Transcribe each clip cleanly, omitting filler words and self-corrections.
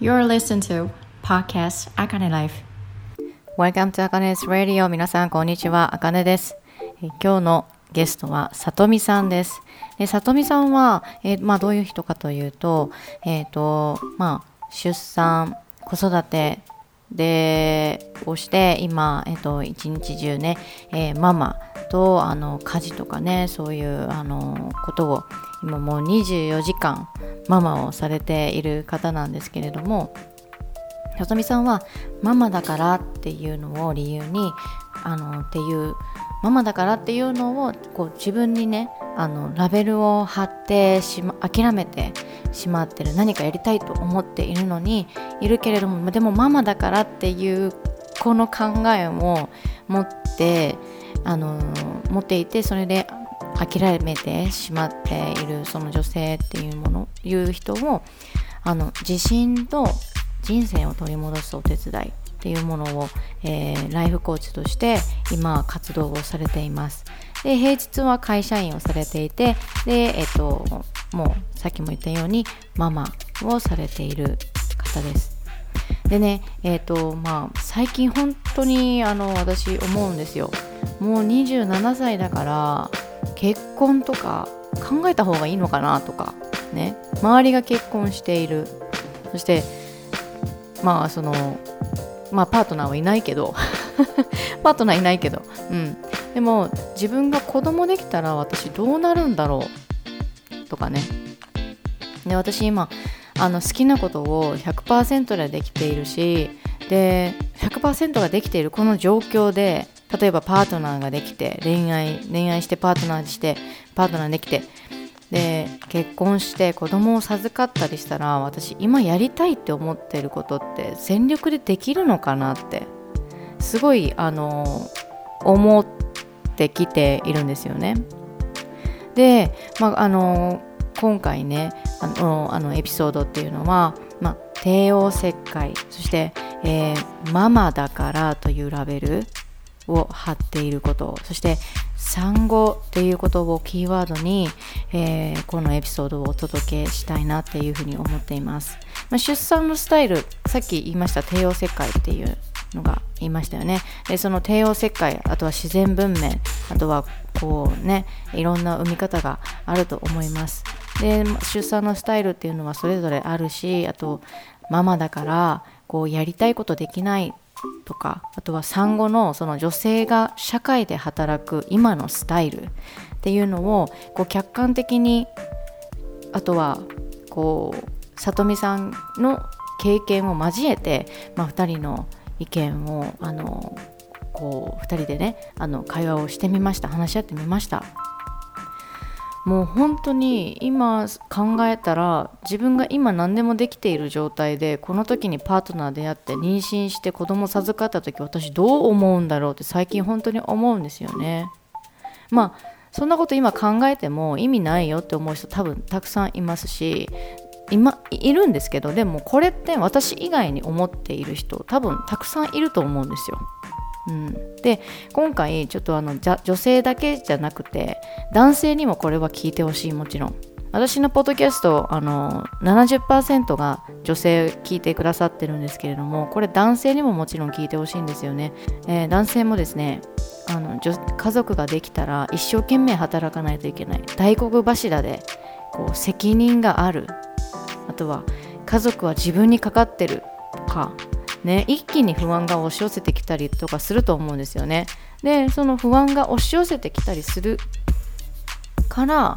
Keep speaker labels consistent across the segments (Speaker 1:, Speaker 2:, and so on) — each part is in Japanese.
Speaker 1: You're listening to Podcast Akane Life.
Speaker 2: Welcome to Akane's Radio. 皆さんこんにちは、あかねです。今日のゲストはさとみさんです。さとみさんは、どういう人かというと、出産、子育てをして今、一日中ね、ママと家事とかね、そういうことを今もう24時間ママをされている方なんですけれども、さとみさんはママだからっていうのを理由にママだからっていうのをこう自分にねラベルを貼って諦めてしまってる、何かやりたいと思っているのにいるけれども、でもママだからっていうこの考えを持っていて、それで諦めてしまっているその女性っていう人を自信と人生を取り戻すお手伝いっていうものを、ライフコーチとして今活動をされています。で、平日は会社員をされていて、で、もうさっきも言ったようにママをされている方です。でね、最近本当に私思うんですよ。もう27歳だから結婚とか考えた方がいいのかなとかね、周りが結婚している、そしてパートナーはいないけどでも自分が子供できたら私どうなるんだろうとかね。で、私今好きなことを 100% でできているし、で 100% ができているこの状況で、例えばパートナーができて恋愛してパートナーできて、で結婚して子供を授かったりしたら、私今やりたいって思っていることって全力でできるのかなってすごい思ってきているんですよね。で、今回ねエピソードっていうのは、帝王切開、そして、ママだからというラベルを貼っていること、そして産後っていうことをキーワードに、このエピソードをお届けしたいなっていうふうに思っています。出産のスタイル、さっき言いました帝王切開っていうのが言いましたよね。で、その帝王切開、あとは自然分娩、あとはこうね、いろんな産み方があると思います。で、出産のスタイルっていうのはそれぞれあるし、あとママだからこうやりたいことできないとか、あとは産後のその女性が社会で働く今のスタイルっていうのをこう客観的に、あとはこうさとみさんの経験を交えて、2人の意見をこう2人でね会話をしてみました。話し合ってみました。もう本当に今考えたら、自分が今何でもできている状態でこの時にパートナーであって妊娠して子供授かった時、私どう思うんだろうって最近本当に思うんですよね。そんなこと今考えても意味ないよって思う人多分たくさんいますし、いるんですけど、でもこれって私以外に思っている人多分たくさんいると思うんですよ。で、今回ちょっと女性だけじゃなくて男性にもこれは聞いてほしい。もちろん私のポッドキャスト70% が女性聞いてくださってるんですけれども、これ男性にももちろん聞いてほしいんですよね。男性もですね、家族ができたら一生懸命働かないといけない、大黒柱でこう責任がある、あとは家族は自分にかかってるとかね、一気に不安が押し寄せてきたりとかすると思うんですよね。で、その不安が押し寄せてきたりするから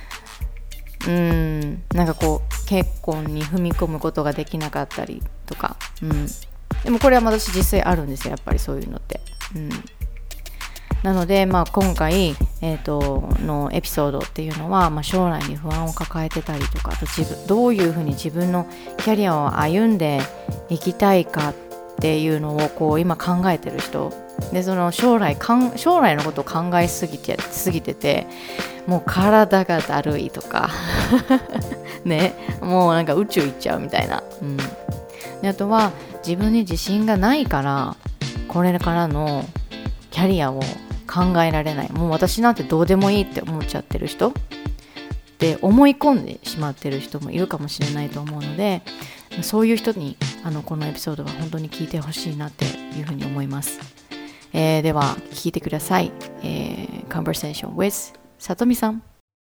Speaker 2: なんかこう結婚に踏み込むことができなかったりとか、でもこれは私実際あるんですよ、やっぱりそういうのって。なので、今回、のエピソードっていうのは、将来に不安を抱えてたりとか、あとどういうふうに自分のキャリアを歩んでいきたいかっていうのをこう今考えてる人で、その将来のことを考えすぎてて、もう体がだるいとかね、もうなんか宇宙行っちゃうみたいな、で、あとは自分に自信がないからこれからのキャリアを考えられない、もう私なんてどうでもいいって思っちゃってる人って思い込んでしまってる人もいるかもしれないと思うので、 そういう人にこのエピソードは本当に聞いてほしいなっていうふうに思います。では聞いてください。Conversation with さとみさん。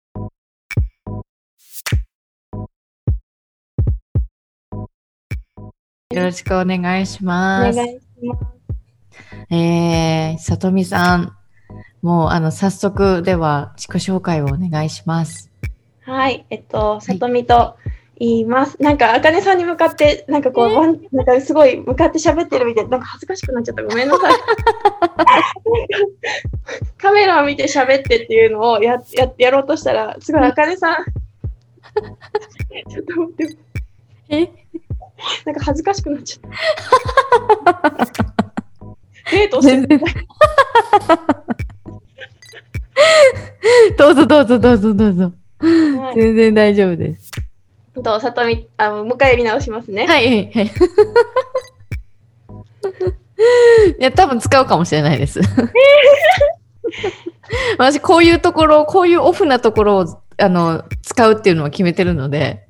Speaker 2: よろしくお願いします。
Speaker 3: お願いします。
Speaker 2: さとみさん、もう早速では自己紹介をお願いします。
Speaker 3: はい、さとみと言います。なんかあかねさんに向かってなんかこう、なんかすごい向かって喋ってるみたいで、なんか恥ずかしくなっちゃった。ごめんなさい。カメラを見て喋ってっていうのをやろうとしたら、すごいあかねさん。ちょっと待って。なんか恥ずかしくなっちゃった。デートしてる。
Speaker 2: どうぞどうぞどうぞどうぞ。はい、全然大丈夫です。
Speaker 3: さとみ、もう一回やり直しますね。
Speaker 2: はいはいはい。いや、多分使うかもしれないです。私、こういうところ、こういうオフなところを使うっていうのは決めてるので。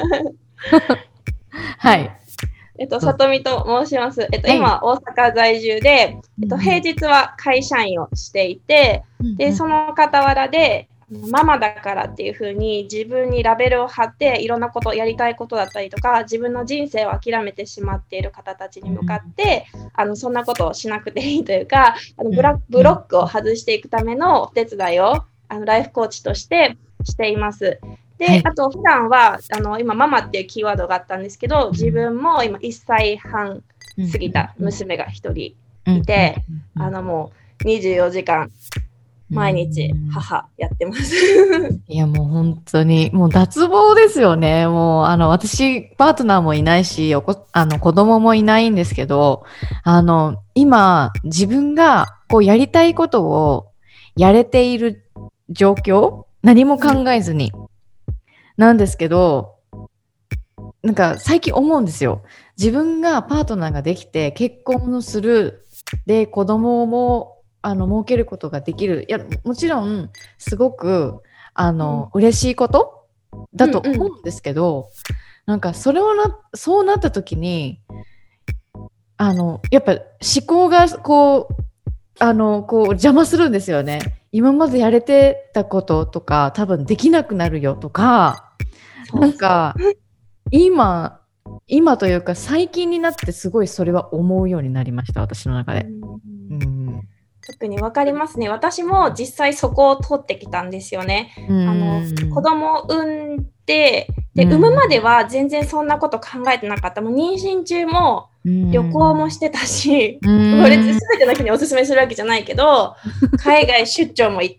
Speaker 2: はい。
Speaker 3: さとみと申します。今、大阪在住で、平日は会社員をしていて、で、その傍らで、ママだからっていう風に自分にラベルを貼っていろんなことやりたいことだったりとか自分の人生を諦めてしまっている方たちに向かってそんなことをしなくていいというかブロックを外していくためのお手伝いをライフコーチとしてしています。で、あと普段は今ママっていうキーワードがあったんですけど自分も今1歳半過ぎた娘が1人いてもう24時間毎日母やってます
Speaker 2: いやもう本当にもう脱帽ですよね。もう私パートナーもいないし子供もいないんですけど今自分がこうやりたいことをやれている状況何も考えずに、なんですけどなんか最近思うんですよ。自分がパートナーができて結婚をするで子供も設けることができる。いやもちろんすごく嬉しいことだと思うんですけど、なんかそうなった時にやっぱ思考がこう邪魔するんですよね。今までやれてたこととか多分できなくなるよとか、なんか今というか最近になってすごいそれは思うようになりました私の中で。
Speaker 3: 特に分かりますね。私も実際そこを通ってきたんですよね。子供を産んで、産むまでは全然そんなこと考えてなかった。もう妊娠中も旅行もしてたし、これ全ての人におすすめするわけじゃないけど、海外出張も行った。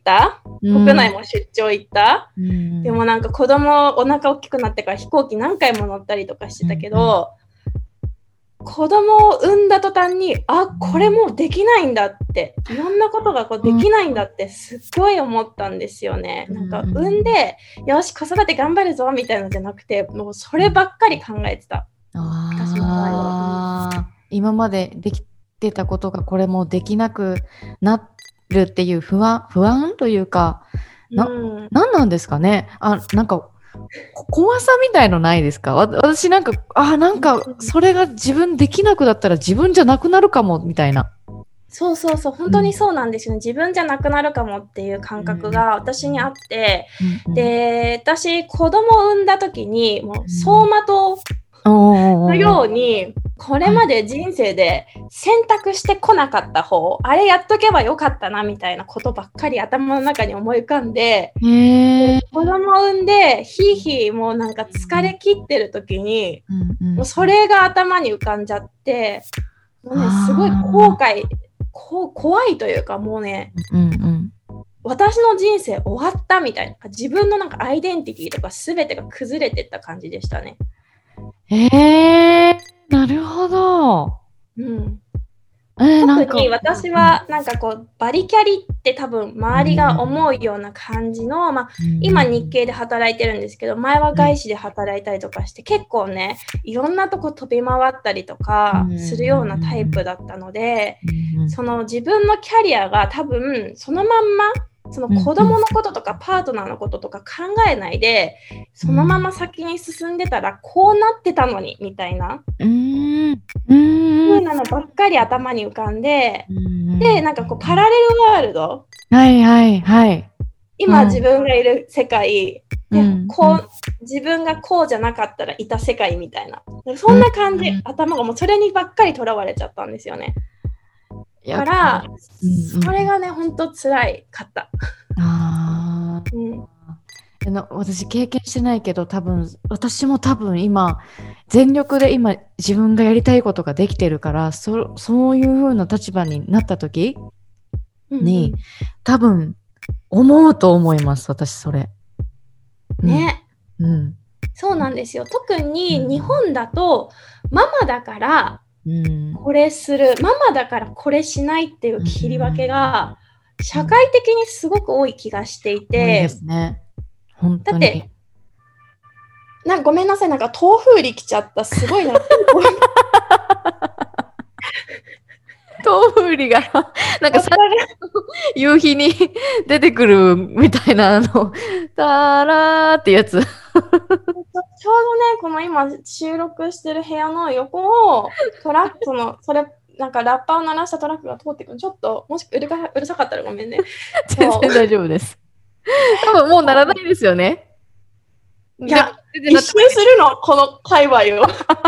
Speaker 3: 国内も出張行った。でもなんか子供お腹大きくなってから飛行機何回も乗ったりとかしてたけど、子供を産んだ途端にこれもうできないんだっていろんなことができないんだってすっごい思ったんですよね。なんか産んでよし子育て頑張るぞみたいなのじゃなくてもうそればっかり考えてた。私の場合は
Speaker 2: 今までできてたことがこれもできなくなるっていう不安というか何なんですかね。なんか怖さみたいのないですか？私なんかそれが自分できなくなったら自分じゃなくなるかもみたいな。
Speaker 3: そう本当にそうなんですよね。自分じゃなくなるかもっていう感覚が私にあって、で私子供を産んだ時にもう走馬灯のようにこれまで人生で選択してこなかった方、あれやっとけばよかったなみたいなことばっかり頭の中に思い浮かんで、子供を産んでひいもうなんか疲れ切ってる時に、もうそれが頭に浮かんじゃって、もうねすごい怖いというかもうね、私の人生終わったみたいな、自分のなんかアイデンティティとか全てが崩れてった感じでしたね。
Speaker 2: なるほど。
Speaker 3: 特に私はなんかこうバリキャリって多分周りが思うような感じの、今日系で働いてるんですけど前は外資で働いたりとかして結構ねいろんなとこ飛び回ったりとかするようなタイプだったので、その自分のキャリアが多分そのまんまその子供のこととかパートナーのこととか考えないで、そのまま先に進んでたらこうなってたのにみたいな風なのばっかり頭に浮かんで、でなんかこうパラレルワールド、
Speaker 2: はいはいはい、
Speaker 3: 今自分がいる世界、自分がこうじゃなかったらいた世界みたいな、そんな感じ、頭がもうそれにばっかりとらわれちゃったんですよね。だから、それがね本当辛いかった。
Speaker 2: 私経験してないけど、私も多分今全力で今自分がやりたいことができてるから、そういう風な立場になった時に、多分思うと思います、私それ。
Speaker 3: ね、そうなんですよ。特に日本だと、ママだからこれする、ママだからこれしないっていう切り分けが社会的にすごく多い気がしていて、
Speaker 2: 多いですね、本当に。だって
Speaker 3: ごめんなさい、なんか豆腐売り来ちゃった、すごいな。
Speaker 2: 豆腐売りがなんか夕日に出てくるみたいなタラーってやつ。ちょうどね、
Speaker 3: この今収録してる部屋の横をトラックそれなんかラッパを鳴らしたトラックが通ってくる。ちょっともしうるさかったらごめんね。
Speaker 2: 全然大丈夫です。多分もうならないですよね。
Speaker 3: いや、一周するのこの界隈を。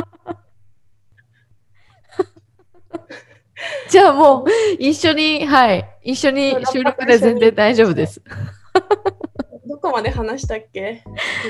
Speaker 2: じゃあもう一緒に収録で全然大丈夫です。
Speaker 3: どこまで話したっけ？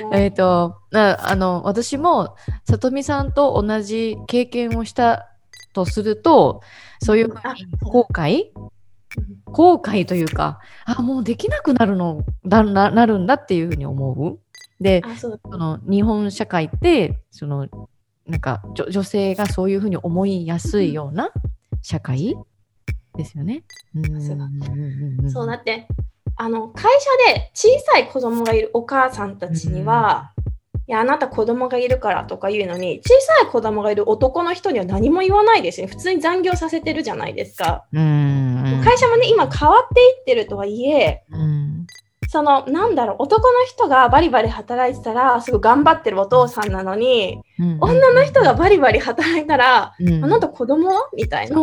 Speaker 2: 私もさとみさんと同じ経験をしたとすると、そういう後悔というか、もうできなくなるんだっていうふうに思う。で、その日本社会ってなんか女性がそういうふうに思いやすいような社会ですよね。
Speaker 3: そうだって会社で小さい子供がいるお母さんたちには、いやあなた子供がいるからとか言うのに、小さい子供がいる男の人には何も言わないですよね。普通に残業させてるじゃないですか。会社もね今変わっていってるとはいえ、男の人がバリバリ働いてたらすごい頑張ってるお父さんなのに、女の人がバリバリ働いたら、あなた子供はみたいな。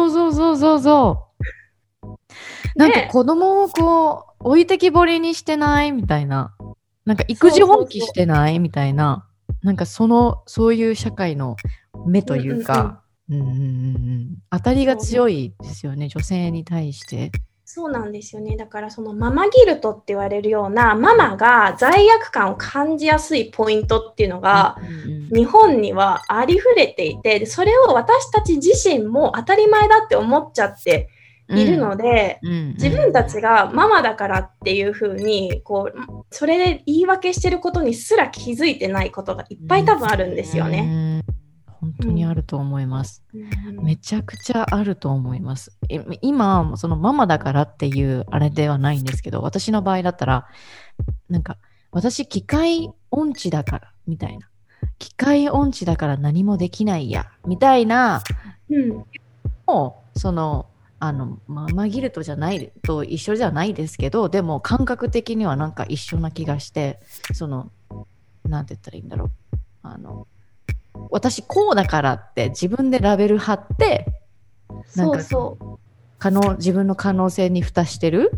Speaker 2: なんか子供をこう置いてきぼりにしてないみたいな、なんか育児放棄してないみたいな、なんかそういう社会の目というか、当たりが強いですよね、女性に対して。
Speaker 3: そうなんですよね。だからそのママギルトって言われるような、ママが罪悪感を感じやすいポイントっていうのが日本にはありふれていて、それを私たち自身も当たり前だって思っちゃっているので、自分たちがママだからっていう風にそれで言い訳してることにすら気づいてないことがいっぱい多分あるんですよね。
Speaker 2: 本当にあると思います。めちゃくちゃあると思います。今そのママだからっていうあれではないんですけど、私の場合だったらなんか私機械音痴だからみたいな、機械音痴だから何もできないやみたいな、もうママギルトじゃないと一緒じゃないですけど、でも感覚的にはなんか一緒な気がして、なんて言ったらいいんだろう、私こうだからって自分でラベル貼って、なんか自分の可能性に蓋してる。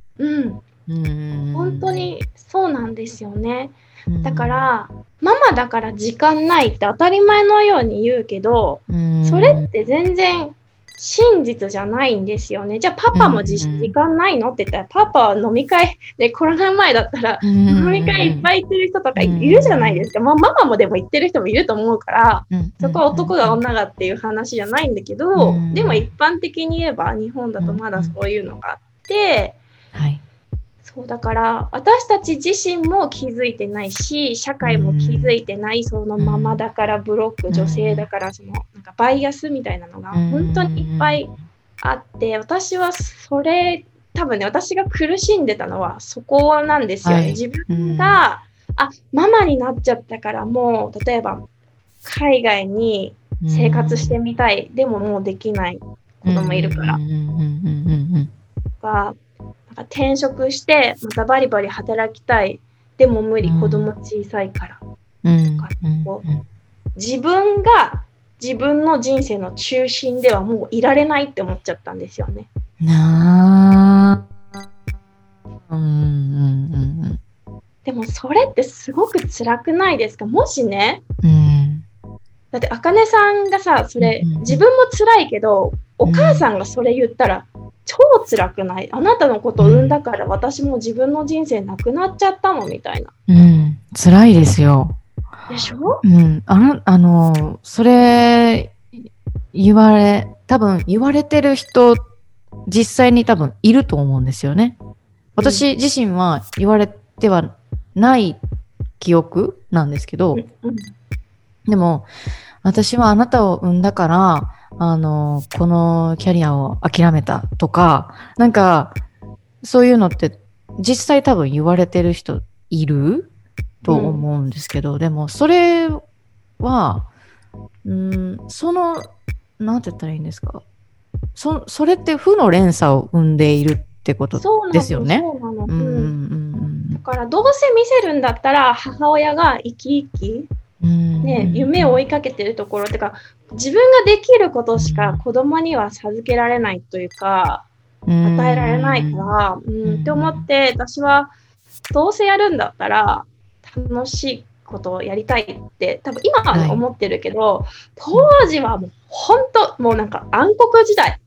Speaker 3: 本当にそうなんですよね。だからママだから時間ないって当たり前のように言うけど、それって全然真実じゃないんですよね。じゃあパパも時間ないのって言ったら、パパは飲み会で、コロナ前だったら飲み会いっぱい行ってる人とかいるじゃないですか。ママもでも行ってる人もいると思うから、そこは男が女がっていう話じゃないんだけど、でも一般的に言えば日本だとまだそういうのがあって、そうだから私たち自身も気づいてないし、社会も気づいてない、そのママだからブロック、女性だからなんかバイアスみたいなのが本当にいっぱいあって、私は多分ね、私が苦しんでたのはそこなんですよね。自分がママになっちゃったから、もう例えば海外に生活してみたい、でももうできない子供いるからとか、 か転職してまたバリバリ働きたい。でも無理、子供小さいから。自分が自分の人生の中心ではもういられないって思っちゃったんですよね。でもそれってすごく辛くないですか？もしね、だってあかねさんがさ、それ、自分も辛いけど、お母さんがそれ言ったら超辛くない？あなたのことを産んだから私も自分の人生なくなっちゃったのみたいな。
Speaker 2: 辛いですよ。
Speaker 3: でしょ？
Speaker 2: それ多分言われてる人実際に多分いると思うんですよね。私自身は言われてはない記憶なんですけど、でも私はあなたを産んだからこのキャリアを諦めたとか、なんかそういうのって実際多分言われてる人いると思うんですけど、でもそれはなんて言ったらいいんですか、それって負の連鎖を生んでいるってことですよね。
Speaker 3: だからどうせ見せるんだったら母親が生き生き夢を追いかけてるところってか、自分ができることしか子供には授けられないというか、与えられないから、って思って、私はどうせやるんだったら楽しいことをやりたいって多分今は思ってるけど、当時はもう本当もうなんか暗黒時代。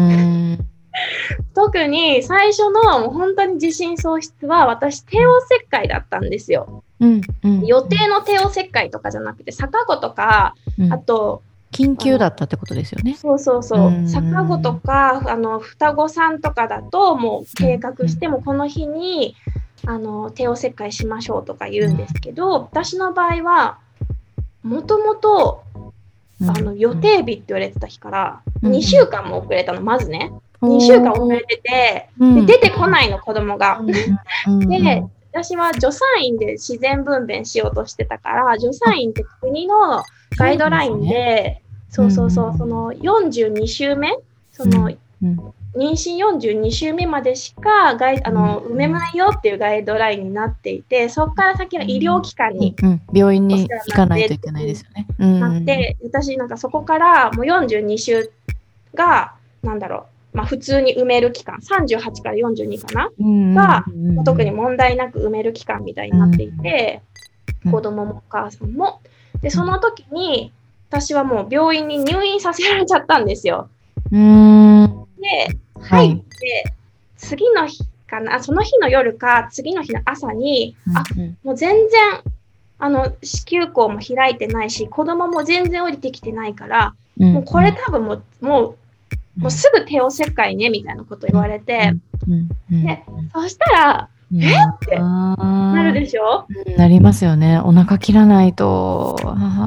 Speaker 3: 特に最初のもう本当に自信喪失は私帝王切開だったんですよ。予定の帝王切開とかじゃなくて逆子とか、あと
Speaker 2: 緊急だったってことですよね。
Speaker 3: 逆子とか双子さんとかだともう計画してもこの日に帝王切開しましょうとか言うんですけど、私の場合はもともと予定日って言われてた日から2週間も遅れたの。まずね2週間遅れてて、で出てこないの子供が。で私は助産院で自然分娩しようとしてたから、助産院って国のガイドラインでその42週目妊娠42週目までしか産めないよっていうガイドラインになっていて、そこから先は医療機関に、
Speaker 2: 病院に行かないといけないですよね。
Speaker 3: なって私なんかそこからもう42週が普通に産める期間38から42かな、が特に問題なく産める期間みたいになっていて、子供もお母さんもで、その時に私はもう病院に入院させられちゃったんですよ。で入って、次の日かな、その日の夜か次の日の朝に、もう全然子宮口も開いてないし子供も全然降りてきてないから、もうこれ多分もうすぐ帝王切開ねみたいなこと言われて、でそしたらってなるでしょ？
Speaker 2: なりますよね。お腹切らないと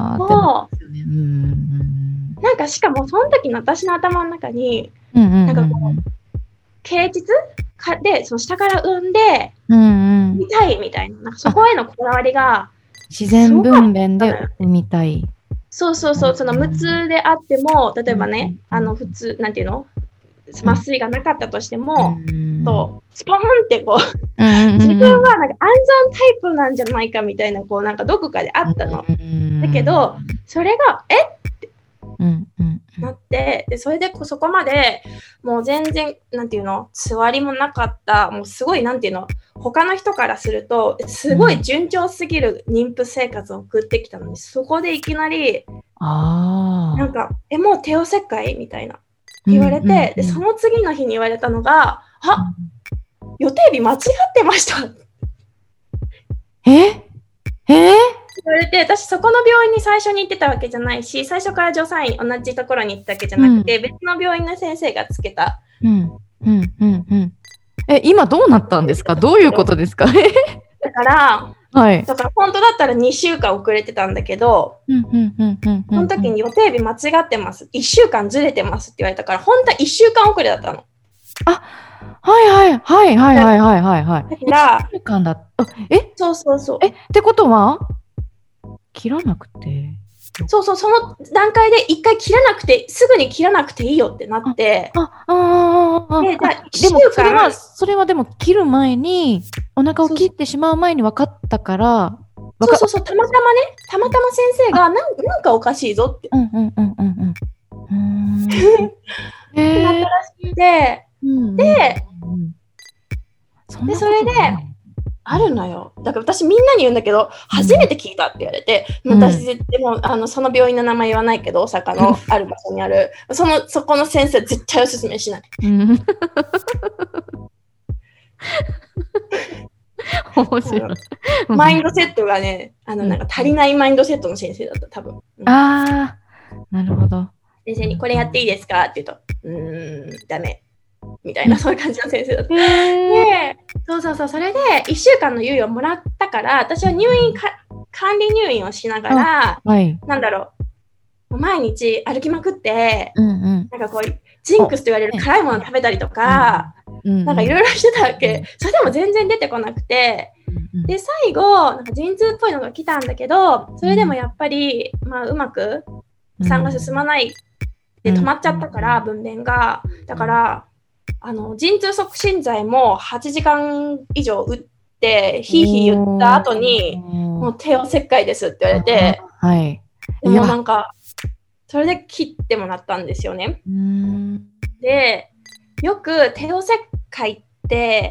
Speaker 3: なんかしかもその時の私の頭の中になんかこう啓蟄で下から産んで見たいみたいな、なんかそこへのこだわりが
Speaker 2: 自然分娩で産みたい。
Speaker 3: その無痛であっても、例えばね、普通なんていうの麻酔がなかったとしても、スポーンってこう自分はなんか安産タイプなんじゃないかみたいななんかどこかであったの。だけどそれがってなって、でそれでそこまでもう全然なんていうの座りもなかった、もうすごいなんていうの他の人からするとすごい順調すぎる妊婦生活を送ってきたのに、そこでいきなりなんかもう帝王切開みたいな言われて、でその次の日に言われたのが予定日間違ってました言われて、私そこの病院に最初に行ってたわけじゃないし、最初から助産院同じところに行ったわけじゃなくて、別の病院の先生がつけた。
Speaker 2: 今どうなったんですか？どういうことですか？
Speaker 3: だから本当だったら2週間遅れてたんだけど、その時に予定日間違ってます、1週間ずれてますって言われたから、本当は1週間遅れだったの。
Speaker 2: はい。
Speaker 3: だから
Speaker 2: 1週間だった。
Speaker 3: そう
Speaker 2: ってことは切らなくて、
Speaker 3: その段階で一回切らなくて、すぐに切らなくていいよってなって、 で、じゃあ1
Speaker 2: でも
Speaker 3: 週間、
Speaker 2: それはでも切る前に、お腹を切ってしまう前に分かったから、
Speaker 3: そう、たまたま先生がなんかおかしいぞって。ってなったらしくて、で、それで、あるのよ。だから私みんなに言うんだけど、初めて聞いたって言われて、私でもその病院の名前言わないけど、大阪のある場所にある、そこの先生絶対おすすめしない。
Speaker 2: 面白い。
Speaker 3: マインドセットがね、なんか足りないマインドセットの先生だった、多分。
Speaker 2: ああ、なるほど。
Speaker 3: 先生にこれやっていいですかって言うと、ダメ。みたいな、そういう感じの先生だった。で、それで1週間の猶予をもらったから、私は管理入院をしながら、なんだろう、毎日歩きまくって、なんかこう、ジンクスと言われる辛いもの食べたりとか、なんかいろいろしてたわけ。それでも全然出てこなくて、で、最後、なんか陣痛っぽいのが来たんだけど、それでもやっぱり、うまく産が進まないで止まっちゃったから、分娩が。だから、陣痛促進剤も8時間以上打って、ひいひい言った後に、もう帝王切開ですって言われて、でもなんか、それで切ってもらったんですよね。で、よく帝王切開って、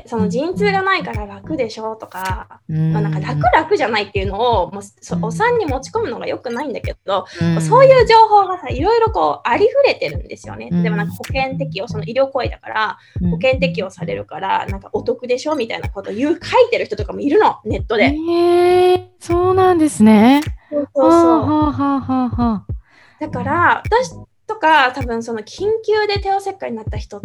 Speaker 3: その陣痛がないから楽でしょとか、なんか楽じゃないっていうのをもうお産に持ち込むのがよくないんだけど、そういう情報がさ、いろいろこうありふれてるんですよね。でもなんか保険適用、その医療行為だから保険適用されるからなんかお得でしょみたいなことを書いてる人とかもいるの、ネットで。
Speaker 2: そうなんですね。
Speaker 3: だから私とか多分その緊急で帝王切開になった人って、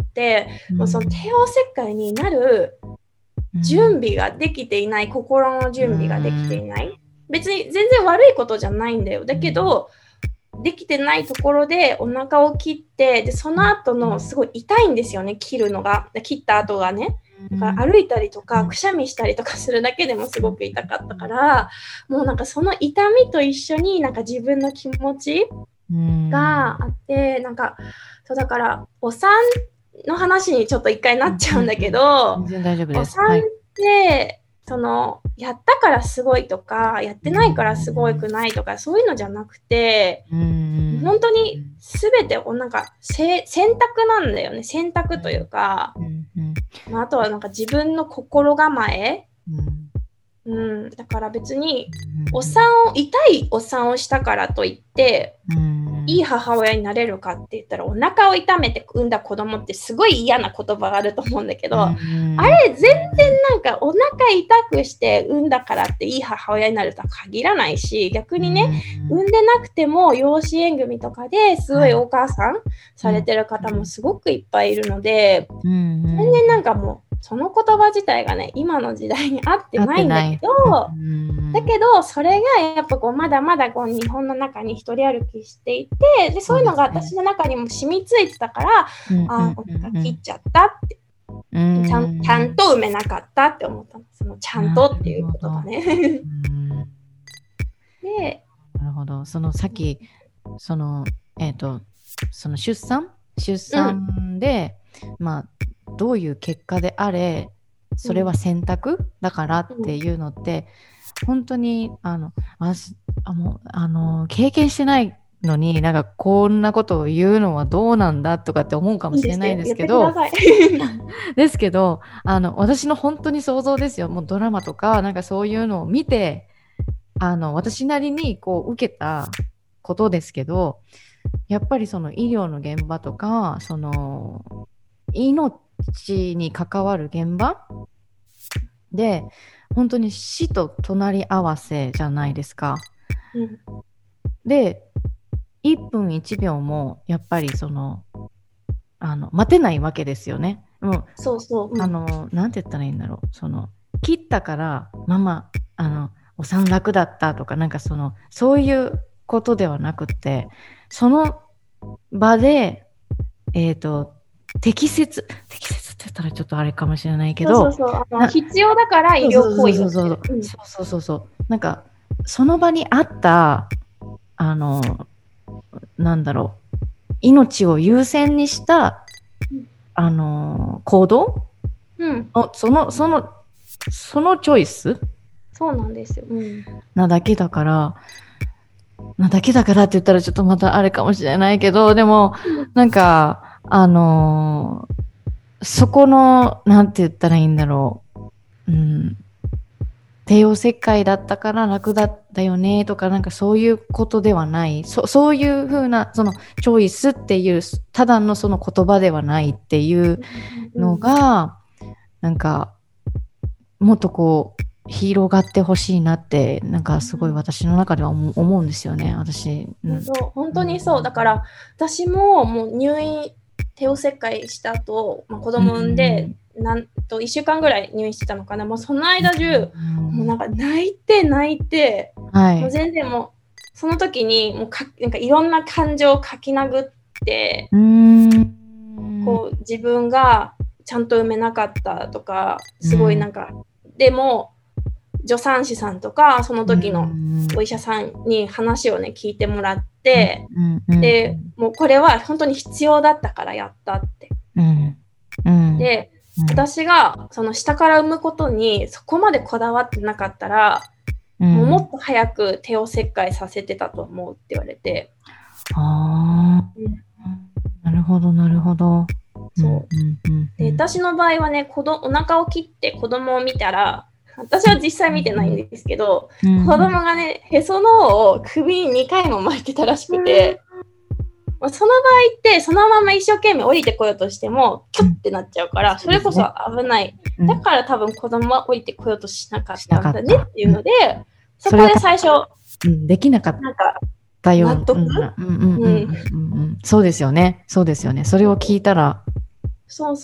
Speaker 3: もうその帝王切開になる準備ができていない、心の準備ができていない。別に全然悪いことじゃないんだよ。だけどできてないところでお腹を切って、でその後のすごい痛いんですよね、切るのが。切った後がね。だから歩いたりとかくしゃみしたりとかするだけでもすごく痛かったから、もうなんかその痛みと一緒になんか自分の気持ちがあって、なんかそうだからお産の話にちょっと一回なっちゃうんだけど、
Speaker 2: 全然大丈夫です。
Speaker 3: お産ってそのやったからすごいとかやってないからすごくないとかそういうのじゃなくて、本当に全てなんか選択なんだよね。選択というか、あとはなんか自分の心構え、だから別に痛いお産をしたからといって、いい母親になれるかって言ったら、お腹を痛めて産んだ子供ってすごい嫌な言葉があると思うんだけど、あれ全然なんかお腹痛くして産んだからっていい母親になるとは限らないし、逆にね、産んでなくても養子縁組とかですごいお母さんされてる方もすごくいっぱいいるので、全然なんかもうその言葉自体がね、今の時代に合ってないんだけど、だけどそれがやっぱこうまだまだこう日本の中に一人歩きしていて、でそういうのが私の中にも染みついてたから、お腹切っちゃったって、ちゃんと産めなかったって思ったの。そのちゃんとっていうことがね。で、
Speaker 2: なるほど。そのさっきそのその出産で、どういう結果であれそれは選択だからっていうのって、本当に経験してないのになんかこんなことを言うのはどうなんだとかって思うかもしれないんですけど、ですけど私の本当に想像ですよ。もうドラマとかなんかそういうのを見て私なりにこう受けたことですけど、やっぱりその医療の現場とかその命に関わる現場で本当に死と隣り合わせじゃないですか。で1分1秒もやっぱりその待てないわけですよね。もうなんて言ったらいいんだろう。その切ったからママお産楽だったとかなんかそういうことではなくて、その場で適切って言ったらちょっとあれかもしれないけど、
Speaker 3: 必要だから医療行為を
Speaker 2: そうなんかその場にあったなんだろう、命を優先にした行動
Speaker 3: うん
Speaker 2: そのチョイス
Speaker 3: そうなんですよ、
Speaker 2: なだけだからって言ったらちょっとまたあれかもしれないけど、でもなんかそこのなんて言ったらいいんだろう、帝王切開だったから楽だったよねとか、なんかそういうことではない、そういう風なそのチョイスっていうただのその言葉ではないっていうのが、なんかもっとこう広がってほしいなって、なんかすごい私の中では思うんですよね、私。
Speaker 3: 本当にそうだから、私ももう入院帝王切開した後、子供産んで、なんと1週間ぐらい入院してたのかな。もうその間中、もうなんか泣いて、もう全然もうその時にもうなんかいろんな感情を書き殴って、こう自分がちゃんと産めなかったとか、すごいなんか、でも助産師さんとかその時のお医者さんに話をね聞いてもらって、でもうこれは本当に必要だったからやったって、で私がその下から産むことにそこまでこだわってなかったら、もっと早く帝王切開させてたと思うって言われて。
Speaker 2: なるほどなるほど。
Speaker 3: そうで、私の場合はね、お腹を切って子供を見たら、私は実際見てないんですけど、子供がね、へその緒を首に2回も巻いてたらしくて、その場合ってそのまま一生懸命降りてこようとしてもキュッてなっちゃうから、それこそ危ない。だから多分子供は降りてこようとしなかったんだねっていうので、そこで最初
Speaker 2: できなかったような。そうですよね。そうですよね。それを聞いたら。
Speaker 3: そう。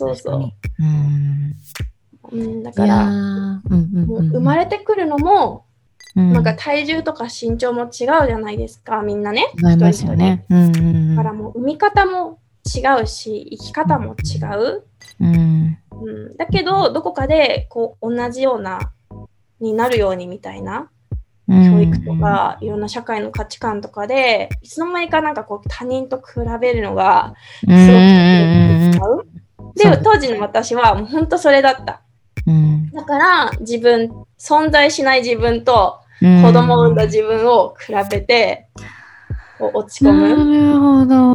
Speaker 3: だから、もう生まれてくるのも、なんか体重とか身長も違うじゃないですか、みんなね。
Speaker 2: 違いますよね。
Speaker 3: だからもう産み方も違うし、生き方も違う。だけど、どこかでこう同じようなになるようにみたいな教育とか、いろんな社会の価値観とかで、いつの間にかなんかこう他人と比べるのがすごく違う。で、当時の私はもう本当それだった。だから存在しない自分と子供を産んだ自分を比べて落ち込む。
Speaker 2: な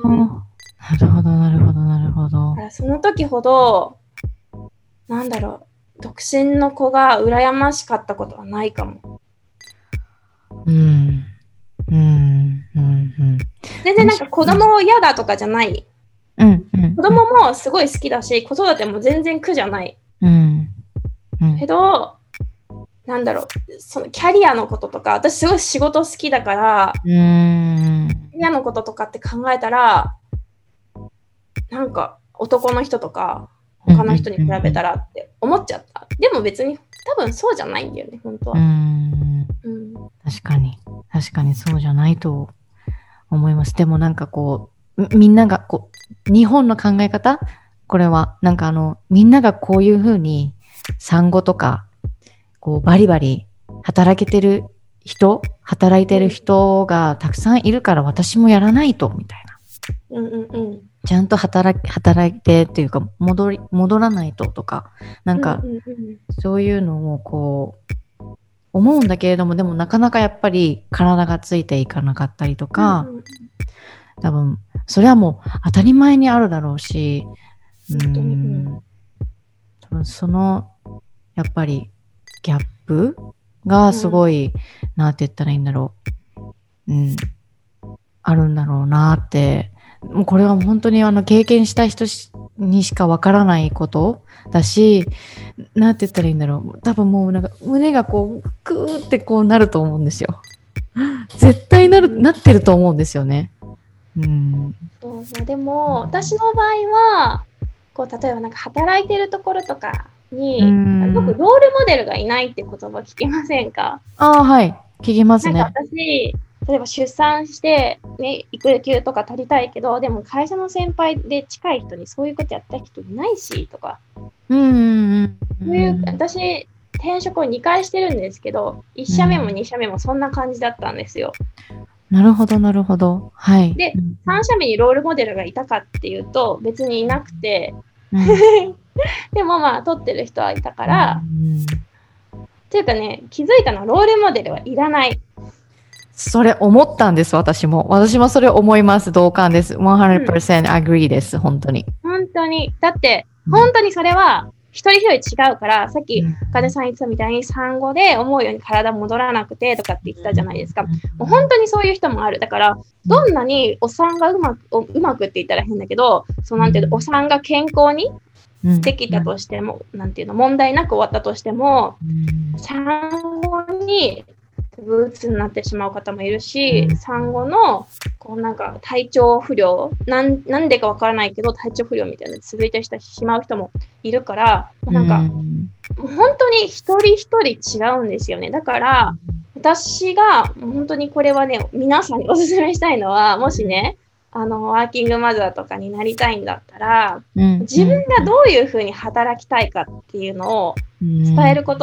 Speaker 2: るほど。
Speaker 3: その時ほどなんだろう、独身の子が羨ましかったことはないかも。全然なんか子供嫌だとかじゃない。子供もすごい好きだし、子育ても全然苦じゃない。けど、なんだろう、そのキャリアのこととか、私すごい仕事好きだから、キャリアのこととかって考えたら、なんか男の人とか他の人に比べたらって思っちゃった。でも別に多分そうじゃないんだよね、本当は。
Speaker 2: 確かにそうじゃないと思います。でもなんかこう、みんながこう、日本の考え方、これはなんかみんながこういうふうに産後とかこうバリバリ働いてる人がたくさんいるから私もやらないとみたいな。ちゃんと働いてっていうか戻らないととか、なんかそういうのをこう思うんだけれども、でもなかなかやっぱり体がついていかなかったりとか、多分それはもう当たり前にあるだろうし、多分そのやっぱりギャップがすごい、なんて言ったらいいんだろう、あるんだろうなって。もうこれは本当に経験した人にしかわからないことだし、なんて言ったらいいんだろう、多分もうなんか胸がこうクーってこうなると思うんですよ。絶対なってると思うんですよね。
Speaker 3: そうでも私の場合はこう例えばなんか働いてるところとかによくロールモデルがいないって言葉聞きませんか？
Speaker 2: はい、聞きますね。
Speaker 3: なんか私例えば出産して、ね、育休とか取りたいけど、でも会社の先輩で近い人にそういうことやった人いないしとか、私転職を2回してるんですけど、1社目も2社目もそんな感じだったんですよ。
Speaker 2: なるほどなるほど。はい。
Speaker 3: で、3社目にロールモデルがいたかっていうと別にいなくて、でもまあ取ってる人はいたから、っていうかね、気づいたのはロールモデルはいらない。
Speaker 2: それ思ったんです、私もそれ思います。同感です。100% agree です。本当に。
Speaker 3: 本当に。だって、本当にそれは、一人一人違うから、さっき、茜さん言ってたみたいに、産後で思うように体戻らなくてとかって言ってたじゃないですか。もう本当にそういう人もある。だから、どんなにお産がうまくって言ったら変だけど、なんていうの、お産が健康にできたとしても、なんていうの、問題なく終わったとしても、産後にうつになってしまう方もいるし、産後のこうなんか体調不良なんでかわからないけど体調不良みたいなの続いてしまう人もいるから、なんか本当に一人一人違うんですよね。だから私が本当にこれはね、皆さんにお勧めしたいのは、もしね、ワーキングマザーとかになりたいんだったら、自分がどういうふうに働きたいかっていうのを伝えること、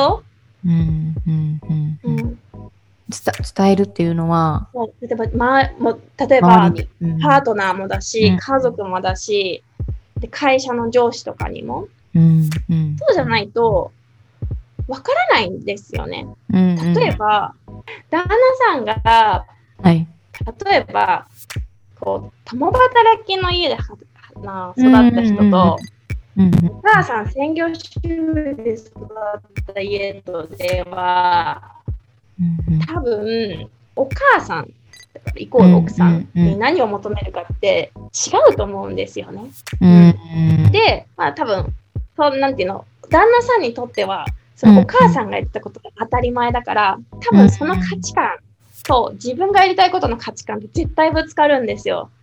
Speaker 2: 伝えるっていうのは、
Speaker 3: 例えば、パートナーもだし、家族もだし、で会社の上司とかにも、そうじゃないとわからないんですよね。例えば、旦那さんが、例えばこう共働きの家で育った人と、お母さん専業主婦で育った家とでは、多分お母さんイコール奥さんに何を求めるかって違うと思うんですよね。で、まあ多分なんていうの、旦那さんにとってはそのお母さんが言ったことが当たり前だから、多分その価値観と自分がやりたいことの価値観って絶対ぶつかるんですよ。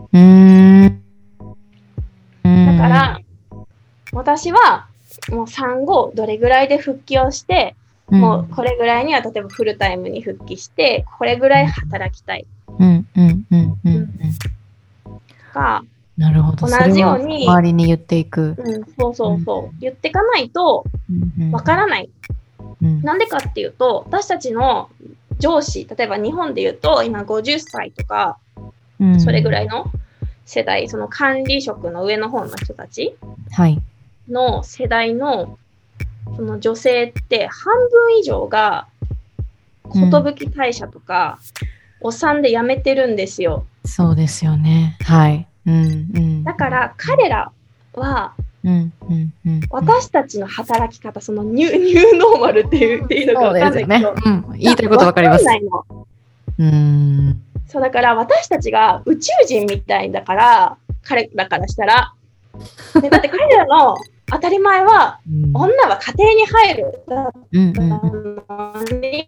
Speaker 3: だから私はもう産後どれぐらいで復帰をして、もうこれぐらいには例えばフルタイムに復帰してこれぐらい働きたいが、
Speaker 2: なるほど、
Speaker 3: 同じように
Speaker 2: 周りに言っていく、
Speaker 3: 言っていかないとわからない、なんでかっていうと、私たちの上司、例えば日本で言うと今50歳とか、それぐらいの世代、その管理職の上の方の人たちの世代のその女性って半分以上が寿退社とか、お産で辞めてるんですよ。
Speaker 2: そうですよね。はい。
Speaker 3: だから彼らは、私たちの働き方、そのニューノーマルっていうのが分かんないけど、
Speaker 2: 言いたいこと分かります。
Speaker 3: そうだから私たちが宇宙人みたいだから、彼らからしたら、だって彼らの当たり前は、女は家庭に入るだったの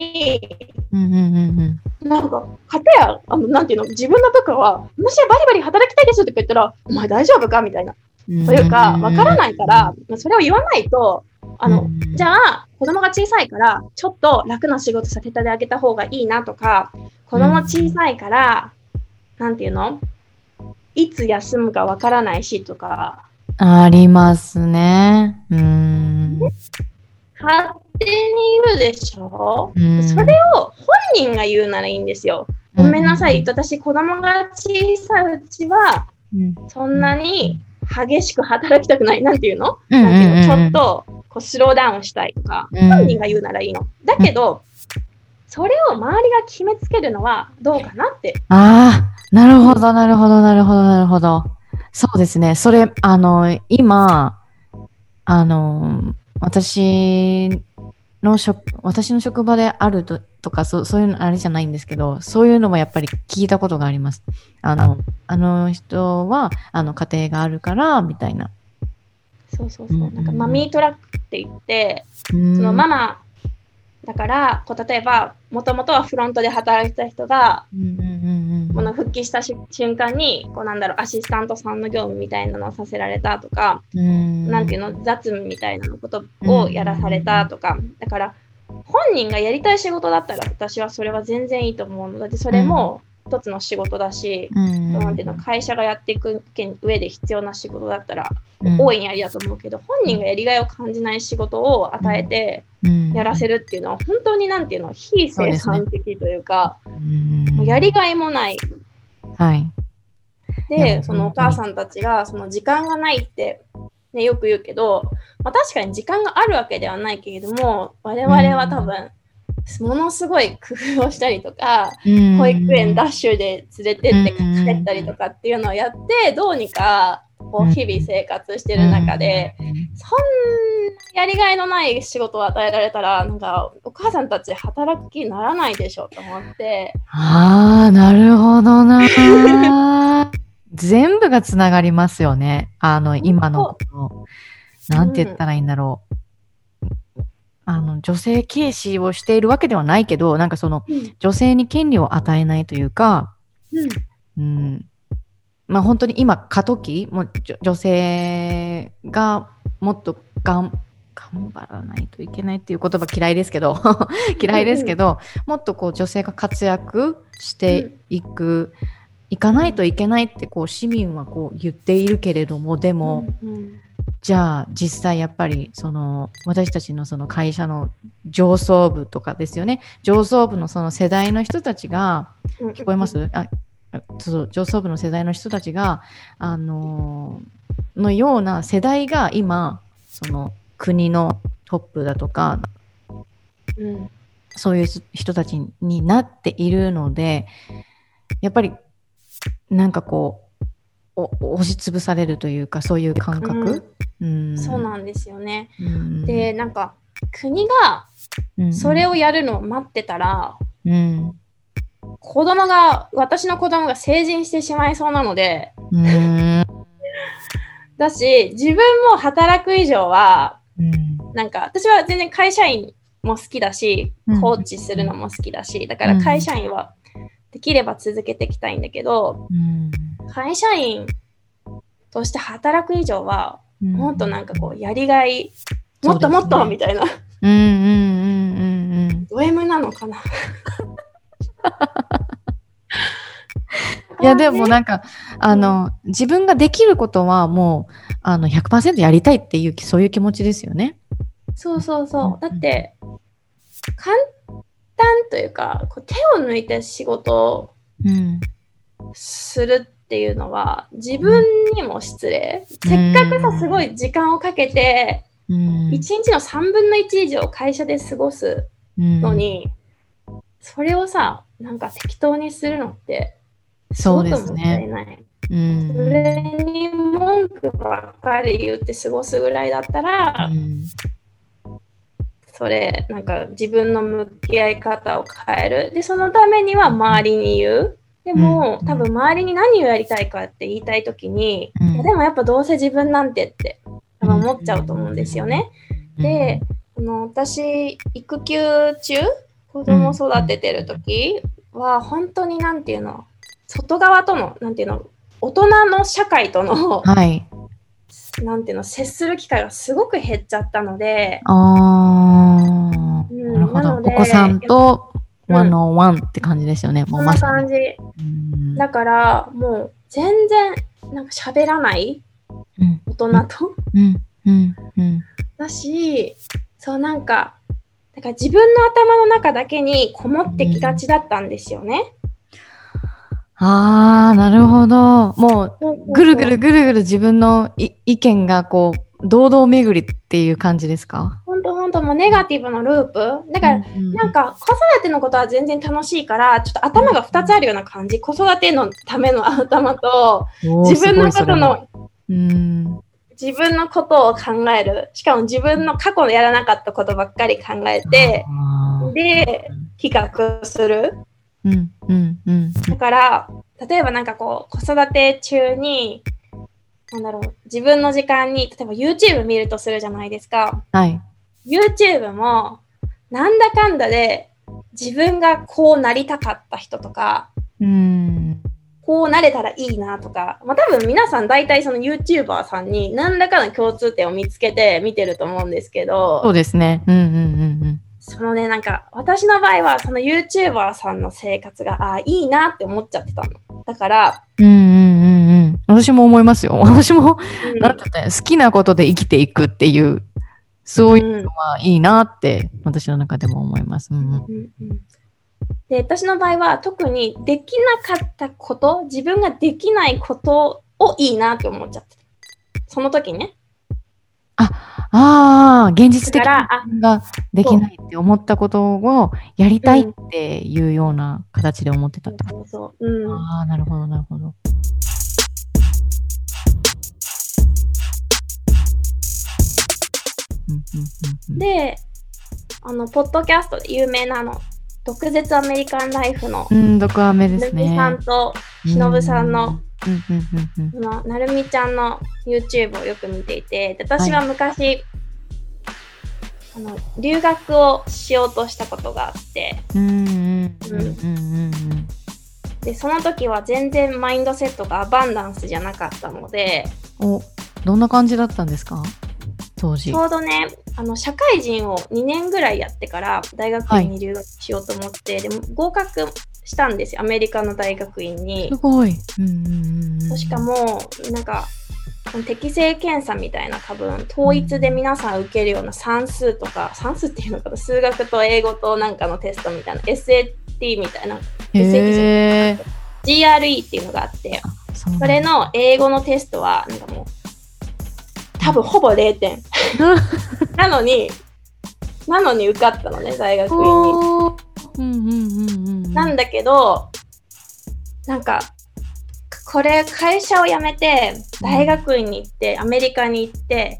Speaker 3: に、なんか片やなんていうの、自分の部下は私はバリバリ働きたいですって言ったら、お前大丈夫かみたいな、というかわからないから、それを言わないと、じゃあ子供が小さいからちょっと楽な仕事させてあげた方がいいなとか、子供小さいからなんていうの、いつ休むかわからないしとか
Speaker 2: ありますね。
Speaker 3: 勝手に言うでしょ。それを本人が言うならいいんですよ。ごめんなさい、私子供が小さいうちはそんなに激しく働きたくない、なんていうの、ちょっとこうスローダウンしたいとか、本人が言うならいいの。だけどそれを周りが決めつけるのはどうかなって。
Speaker 2: なるほどなるほどなるほどなるほど。そうですね。それ今私の職場であるとかそういうのあれじゃないんですけど、そういうのもやっぱり聞いたことがあります。あの人は家庭があるからみたいな。
Speaker 3: そうなんかマミートラックって言って、そのママだからこう例えばもともとはフロントで働いてた人が、この復帰した瞬間にこうなんだろう、アシスタントさんの業務みたいなのをさせられたとか、なんていうの、雑務みたいなことをやらされたとか、だから本人がやりたい仕事だったら私はそれは全然いいと思うので、それも一つの仕事だし、なんていうの、会社がやっていく上で必要な仕事だったら大いにありだと思うけど、本人がやりがいを感じない仕事を与えてやらせるっていうのは本当になんていうの、非生産的というか、 もうやりがいもない。
Speaker 2: はい。
Speaker 3: で、そのお母さんたちがその時間がないって、ね、よく言うけど、まあ、確かに時間があるわけではないけれども、我々は多分、ものすごい工夫をしたりとか、保育園ダッシュで連れてって帰ったりとかっていうのをやって、どうにかこう日々生活してる中で、そんなやりがいのない仕事を与えられたら、なんかお母さんたち働く気にならないでしょと思って。
Speaker 2: ああ、なるほどな。全部がつながりますよね。今のこの、なんて言ったらいいんだろう。女性軽視をしているわけではないけど、なんかその、女性に権利を与えないというか、まあ本当に今過渡期、もう女性がもっと頑張らないといけないっていう言葉嫌いですけど嫌いですけど、もっとこう女性が活躍していかないといけないってこう市民はこう言っているけれども、でも、じゃあ実際やっぱりその私たちのその会社の上層部とかですよね、上層部のその世代の人たちが、聞こえます？上層部の世代の人たちがのような世代が今その国のトップだとか、そういう人たちになっているので、やっぱりなんかこう押しつぶされるというか、そういう感覚、
Speaker 3: そうなんですよね。で、なんか国がそれをやるのを待ってたら、私の子供が成人してしまいそうなので、だし、自分も働く以上は、なんか私は全然会社員も好きだし、コーチするのも好きだし、だから会社員はできれば続けていきたいんだけど、会社員として働く以上は、もっとなんかこうやりがい、もっともっとみたいな、ド M なのかな。
Speaker 2: いやでもなんか自分ができることはもう100% やりたいっていうそういう気持ちですよね。
Speaker 3: そうそうそう。だって簡単というか、こう手を抜いて仕事をするっていうのは自分にも失礼。せっかくさすごい時間をかけて1日の3分の1以上会社で過ごすのに、それをさなんか適当にするのって
Speaker 2: そうですね。
Speaker 3: それに文句ばっかり言って過ごすぐらいだったら、それなんか自分の向き合い方を変える。でそのためには周りに言う。でも多分周りに何をやりたいかって言いたいときに、いやでもやっぱどうせ自分なんてって多分思っちゃうと思うんですよね。で私育休中子供を育ててるときは本当になんていうの、外側とのなんていうの、大人の社会との、なんていうの、接する機会がすごく減っちゃったので、
Speaker 2: なるほど。お子さんとワンオンワンって感じですよね。
Speaker 3: そんな感じ。だからもう全然なんか喋らない大人とだし、そうなんかだから自分の頭の中だけにこもってきがちだったんですよね。
Speaker 2: なるほど。もうぐるぐる自分の意見がこう堂々巡りっていう感じですか？
Speaker 3: 本当もうネガティブのループ。だからなんか子育てのことは全然楽しいからちょっと頭が2つあるような感じ。子育てのための頭と自分のことの自分のことを考える。しかも自分の過去のやらなかったことばっかり考えてで比較する。だから例えばなんかこう子育て中になんだろう、自分の時間に例えば YouTube 見るとするじゃないですか。YouTube もなんだかんだで自分がこうなりたかった人とか、こうなれたらいいなとか、多分皆さん大体その YouTuber さんに何らかの共通点を見つけて見てると思うんですけど、
Speaker 2: そうですね。
Speaker 3: そのね、なんか私の場合はその YouTuber さんの生活がいいなって思っちゃってたの。だから
Speaker 2: 私も思いますよ。私も、なんて言った好きなことで生きていくっていうそういうのはいいなって私の中でも思います。
Speaker 3: で、私の場合は特にできなかったこと、自分ができないことをいいなって思っちゃってた。その時ね。
Speaker 2: 現実的にができないって思ったことをやりたいっていうような形で思ってたってこと。
Speaker 3: そう。
Speaker 2: なるほどなるほど。
Speaker 3: で、ポッドキャストで有名な毒舌アメリカンライフの
Speaker 2: 毒アメですね。
Speaker 3: なるみさんとしのぶさんのなるみちゃんの YouTube をよく見ていて、で私は昔、留学をしようとしたことがあって、でその時は全然マインドセットがアバンダンスじゃなかったので、
Speaker 2: どんな感じだったんですか当時？
Speaker 3: ちょうどね、社会人を2年ぐらいやってから大学院に留学しようと思って、でも合格したんですよ、アメリカの大学院に。
Speaker 2: すごい。
Speaker 3: しかもなんか適正検査みたいな、多分統一で皆さん受けるような算数っていうのかな、数学と英語となんかのテストみたいな SAT みたいな GRE っていうのがあって、それの英語のテストはなんかもう多分ほぼ0点なのに受かったのね、大学院に。なんだけど、なんかこれ会社を辞めて大学院に行ってアメリカに行って、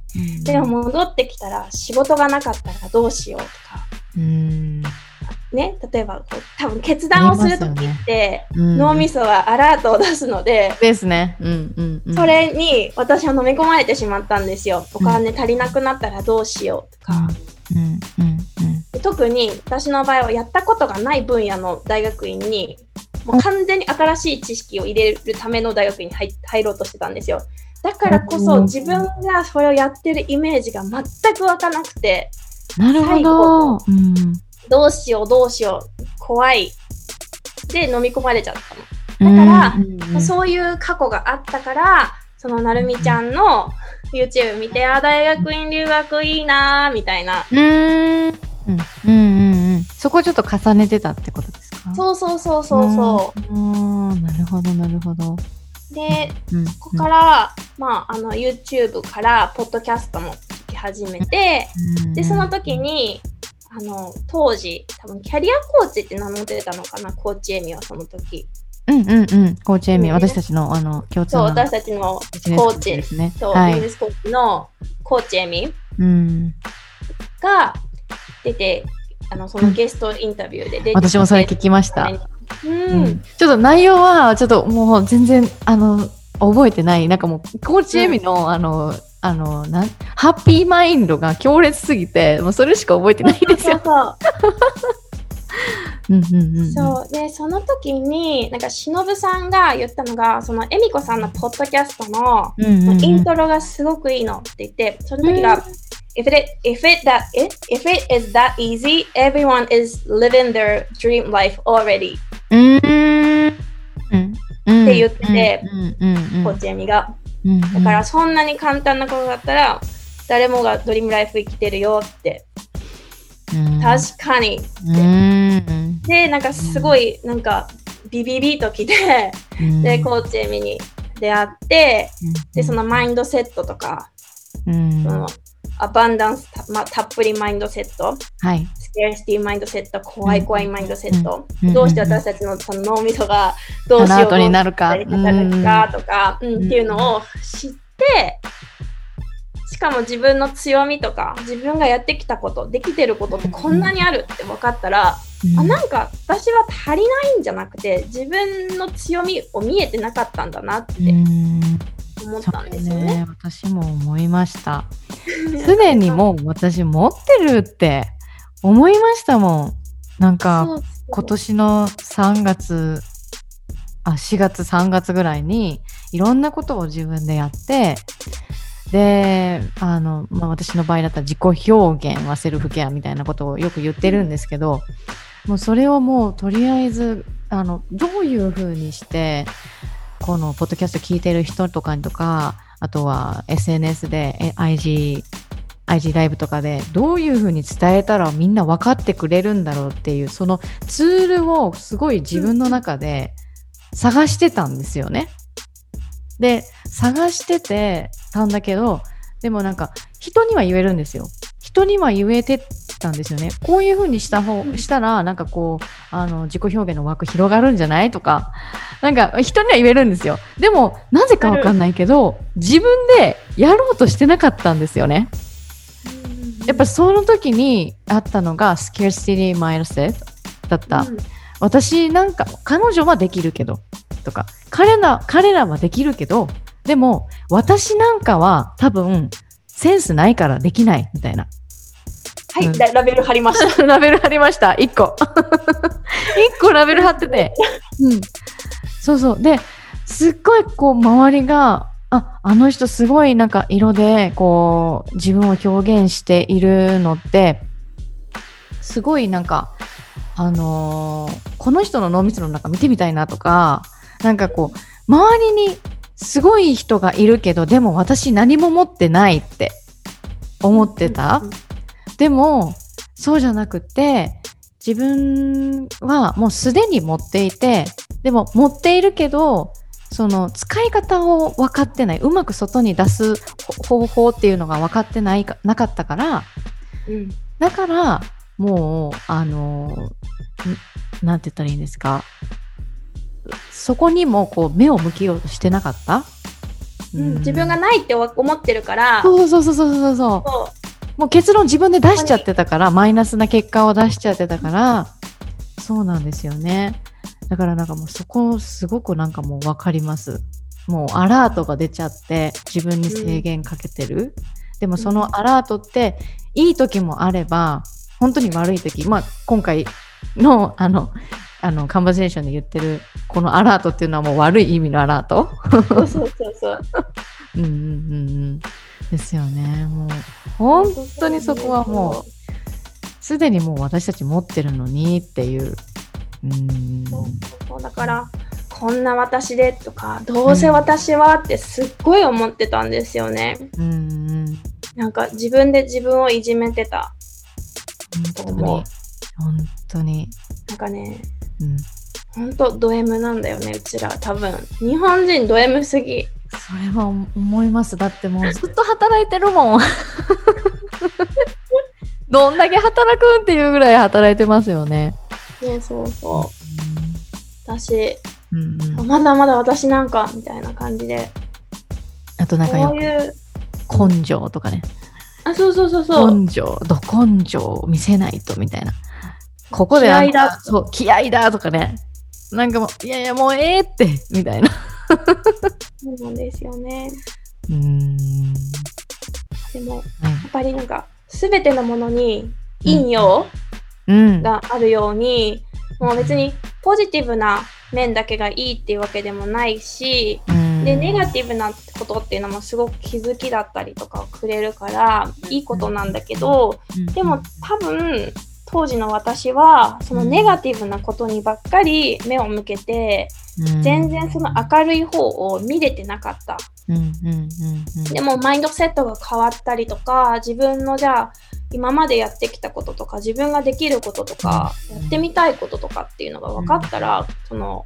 Speaker 3: でも戻ってきたら仕事がなかったらどうしようとか、ね、例えば多分決断をするときって、脳みそはアラートを出すので、
Speaker 2: ですね。
Speaker 3: それに私は飲み込まれてしまったんですよ。お金足りなくなったらどうしようとか。特に私の場合はやったことがない分野の大学院にもう完全に新しい知識を入れるための大学院に入ろうとしてたんですよ。だからこそ自分がそれをやってるイメージが全く湧かなくて、
Speaker 2: なるほど。
Speaker 3: どうしよう怖いで飲み込まれちゃったの。だから、そういう過去があったから、そのなるみちゃんの YouTube 見て、大学院留学いいなみたいな。
Speaker 2: そこをちょっと重ねてたってことですか？
Speaker 3: そう。
Speaker 2: なるほど。
Speaker 3: で、そこから、YouTube からポッドキャストも聞き始めて、でその時に当時多分キャリアコーチって名乗ってたのかな、コーチエミはその時。コ
Speaker 2: ーチエミ、私たちの共通の
Speaker 3: 私たちのコーチですね。ビジネスコーチのコーチエミが出て、そのゲストインタビューで出て、
Speaker 2: 私もそれ聞きました。ちょっと内容はちょっともう全然覚えてない。なんかもうコーチエミのハッピーマインドが強烈すぎて、もうそれしか覚えてないですよ。
Speaker 3: そうで、その時になんかしのぶさんが言ったのが、そのエミコさんのポッドキャストのイントロがすごくいいのって言って、その時がIf it is that easy, everyone is living their dream life already. って言ってて、コーチエミが。だからそんなに簡単なことだったら、誰もがドリームライフ生きてるよって。確かにって。で、なんかすごい、なんかビビビときて、で、コーチエミに出会って、で、そのマインドセットとか、アバンダンス、たっぷりマインドセット、スケアリティマインドセット、怖いマインドセット、どうして私たちのその脳みそがどうしようとなるかとか、っていうのを知って、しかも自分の強みとか自分がやってきたこと、できてることってこんなにあるって分かったら、なんか私は足りないんじゃなくて、自分の強みを見えてなかったんだなって思ったんですよね。
Speaker 2: 私も思いました。すでにもう私持ってるって思いましたもん。なんか今年の4月3月ぐらいにいろんなことを自分でやって、で私の場合だったら自己表現はセルフケアみたいなことをよく言ってるんですけど、もうそれをもうとりあえずどういう風にしてこのポッドキャスト聞いてる人とかあとは SNS でIG IG ライブとかでどういう風に伝えたらみんな分かってくれるんだろうっていうそのツールをすごい自分の中で探してたんですよね。で探しててたんだけど、でもなんか人には言えるんですよ。人には言えてたんですよね。こういう風にしたらなんかこう自己表現の枠広がるんじゃないとか、なんか人には言えるんですよ。でもなぜかわかんないけど自分でやろうとしてなかったんですよね。やっぱその時にあったのがスケアシティマインドセットだった。私なんか彼女はできるけどとか彼らはできるけど、でも私なんかは多分センスないからできないみたいな。
Speaker 3: はい、ラベル貼りました。
Speaker 2: ラベル貼りました。1個。1個ラベル貼ってて。そうそう。で、すっごいこう周りが、あの人すごいなんか色でこう自分を表現しているのって、すごいなんか、この人の脳みその中見てみたいなとか、なんかこう、周りにすごい人がいるけど、でも私何も持ってないって思ってた。でもそうじゃなくて、自分はもうすでに持っていて、でも持っているけどその使い方を分かってない、うまく外に出す方法っていうのが分かってなかったから、だからもうなんて言ったらいいんですか、そこにもこう目を向けようとしてなかった、
Speaker 3: 自分がないって思ってるから、
Speaker 2: そうもう結論自分で出しちゃってたから、マイナスな結果を出しちゃってたから、そうなんですよね。だからなんかもうそこすごくなんかもう分かります。もうアラートが出ちゃって自分に制限かけてる、でもそのアラートっていい時もあれば本当に悪い時、今回のカンバセーションで言ってるこのアラートっていうのはもう悪い意味のアラート
Speaker 3: そう
Speaker 2: ですよね。もう本当にそこはもうすでにもう私たち持ってるのにっていう。
Speaker 3: そうだからこんな私でとかどうせ私はってすっごい思ってたんですよね。なんか自分で自分をいじめてた。
Speaker 2: 本当に
Speaker 3: なんかね、本当ド M なんだよね、うちら。多分日本人ド M すぎ。
Speaker 2: それは思います。だってもうずっと働いてるもんどんだけ働くんっていうぐらい働いてますよね。
Speaker 3: そう私、まだまだ私なんかみたいな感じで。
Speaker 2: あとなんか
Speaker 3: こういう
Speaker 2: 根性とかね。
Speaker 3: そう
Speaker 2: 根性、ど根性を見せないとみたいな。ここで気合だとかね。なんかもういやもうってみたいな。
Speaker 3: そうなんですよね。でも、やっぱりなんか全てのものに陰陽があるように、もう別にポジティブな面だけがいいっていうわけでもないし、でネガティブなことっていうのもすごく気づきだったりとかをくれるからいいことなんだけど、でも多分当時の私はそのネガティブなことにばっかり目を向けて、全然その明るい方を見れてなかった。でもマインドセットが変わったりとか、自分のじゃあ今までやってきたこととか、自分ができることとか、やってみたいこととかっていうのが分かったら、その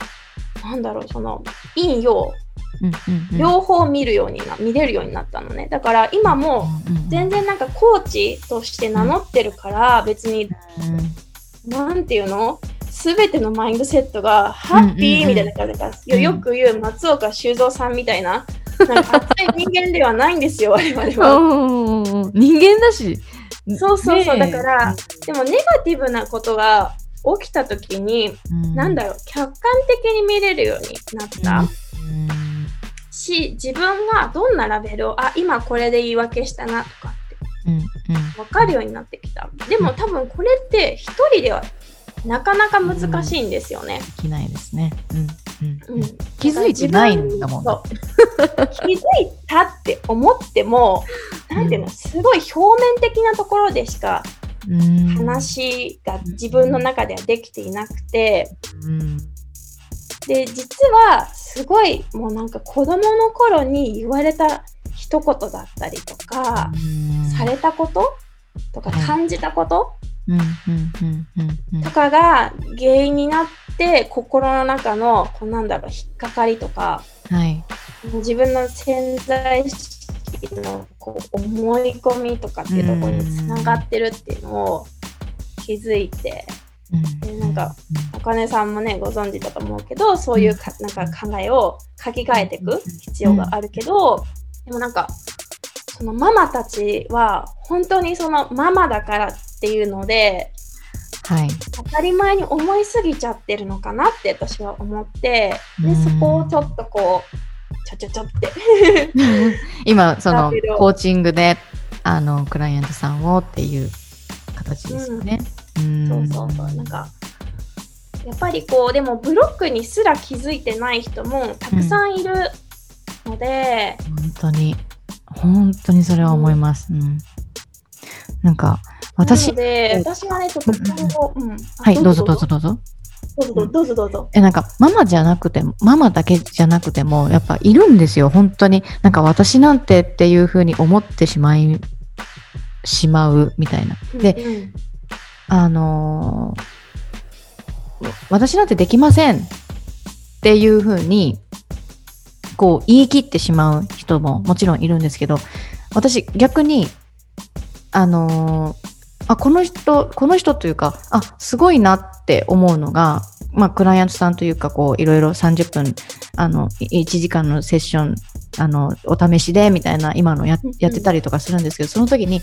Speaker 3: 陰陽両方見れるようになったのね。だから今も全然なんかコーチとして名乗ってるから、別になんていうの、全てのマインドセットがハッピーみたいな感じで、よく言う松岡修造さんみたいな、なんか熱い人間ではないんですよ我々は。
Speaker 2: 人間だし。
Speaker 3: そうだから、でもネガティブなことが起きた時に、客観的に見れるようになった、し、自分がどんなラベルを今これで言い訳したなとかって分かるようになってきた。でも多分これって一人ではなかなか難しいんですよね。
Speaker 2: できないですね。気づいてないんだもん。
Speaker 3: 気づいたって思っても、なんていうの、すごい表面的なところでしか話が自分の中ではできていなくて、で実はすごいもうなんか子供の頃に言われた一言だったりとか、 されたこととか感じたことと
Speaker 2: か
Speaker 3: かが原因になって心の中のこうなんだろう引っかかりとか、
Speaker 2: はい、
Speaker 3: 自分の潜在意識のこう思い込みとかっていうところにつながってるっていうのを気づいて、でなんかあかねさんもねご存知だと思うけど、そういうなんか考えを書き換えていく必要があるけど、でもなんかそのママたちは本当にそのママだからっていうので、
Speaker 2: はい、
Speaker 3: 当たり前に思いすぎちゃってるのかなって私は思って、でそこをちょっとこうちょって
Speaker 2: 今そのコーチングでクライアントさんをっていう形ですよね。
Speaker 3: そうなんかやっぱりこうでもブロックにすら気づいてない人もたくさんいるので、
Speaker 2: 本当にそれは思います。なんか私はねちょっとはいどうぞ。なんかママだけじゃなくてもやっぱいるんですよ。本当になんか私なんてっていう風に思ってしまうみたいな。で、私なんてできませんっていう風にこう言い切ってしまう人ももちろんいるんですけど、私逆にこの人というかすごいなって思うのが、クライアントさんというかこういろいろ30分1時間のセッションお試しでみたいな今のやってたりとかするんですけど、その時に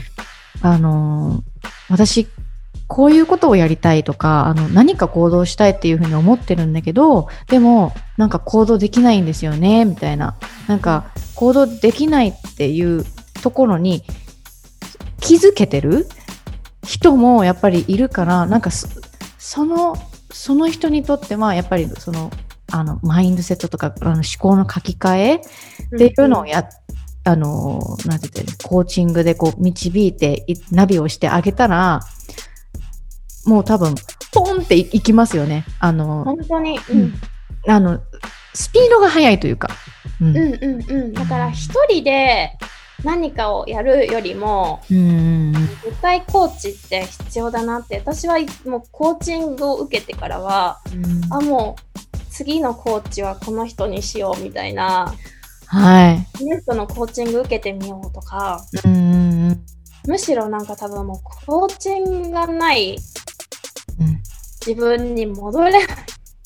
Speaker 2: 私こういうことをやりたいとか何か行動したいっていうふうに思ってるんだけど、でもなんか行動できないんですよねみたいな、なんか行動できないっていうところに気づけてる人もやっぱりいるから、なんかその人にとってはやっぱりそのマインドセットとか思考の書き換えっていうのをなんて言ってコーチングでこう導いてナビをしてあげたら、もう多分ポンっていきますよね。
Speaker 3: 本当に、
Speaker 2: スピードが速いというか、
Speaker 3: だから一人で何かをやるよりも、絶対コーチって必要だなって、私はもうコーチングを受けてからは、もう次のコーチはこの人にしようみたいな、この人のコーチング受けてみようとか、むしろなんか多分もうコーチングがない自分に戻れない。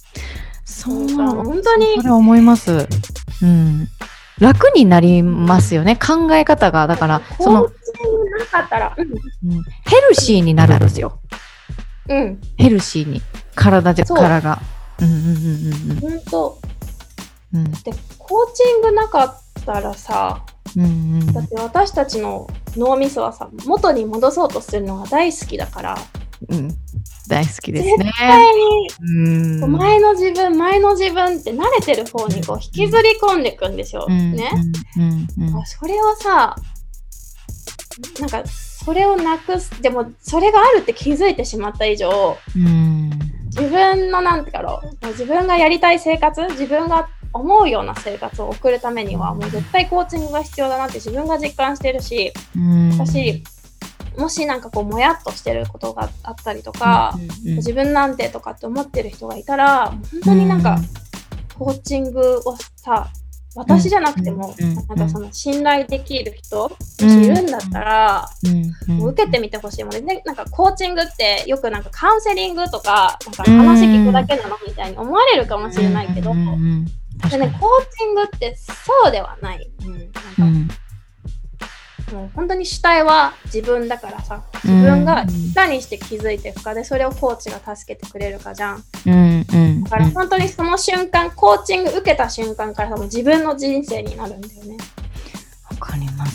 Speaker 3: 本当に
Speaker 2: それ思います。楽になりますよね、考え方が。だからその
Speaker 3: コーチングなかったら、
Speaker 2: ヘルシーになるんですよ。ヘルシーに体が。
Speaker 3: 本当。でコーチングなかったらさ、だって私たちの脳みそはさ、元に戻そうとするのが大好きだから。
Speaker 2: 大好きですね。
Speaker 3: 絶対に前の自分って慣れてる方にこう引きずり込んでいくんですよ、ね。それをさ、なんかそれをなくす、でもそれがあるって気づいてしまった以上、自分のなんてだろう、自分がやりたい生活、自分が思うような生活を送るためにはもう絶対コーチングが必要だなって自分が実感してるし、私もしなんかこうもやっとしてることがあったりとか、自分なんてとかって思ってる人がいたら、本当になんかコーチングをさ、私じゃなくても、なんかその信頼できる人もしいるんだったら、もう受けてみてほしいもんね。なんかコーチングってよくなんかカウンセリングとか、なんか話聞くだけなのみたいに思われるかもしれないけど、でね、コーチングってそうではない。なんかもう本当に主体は自分だからさ、自分がいかにして気づいていくかで、それをコーチが助けてくれるかじゃん。だから本当にその瞬間、コーチング受けた瞬間からもう自分の人生になるんだよね。
Speaker 2: わかります。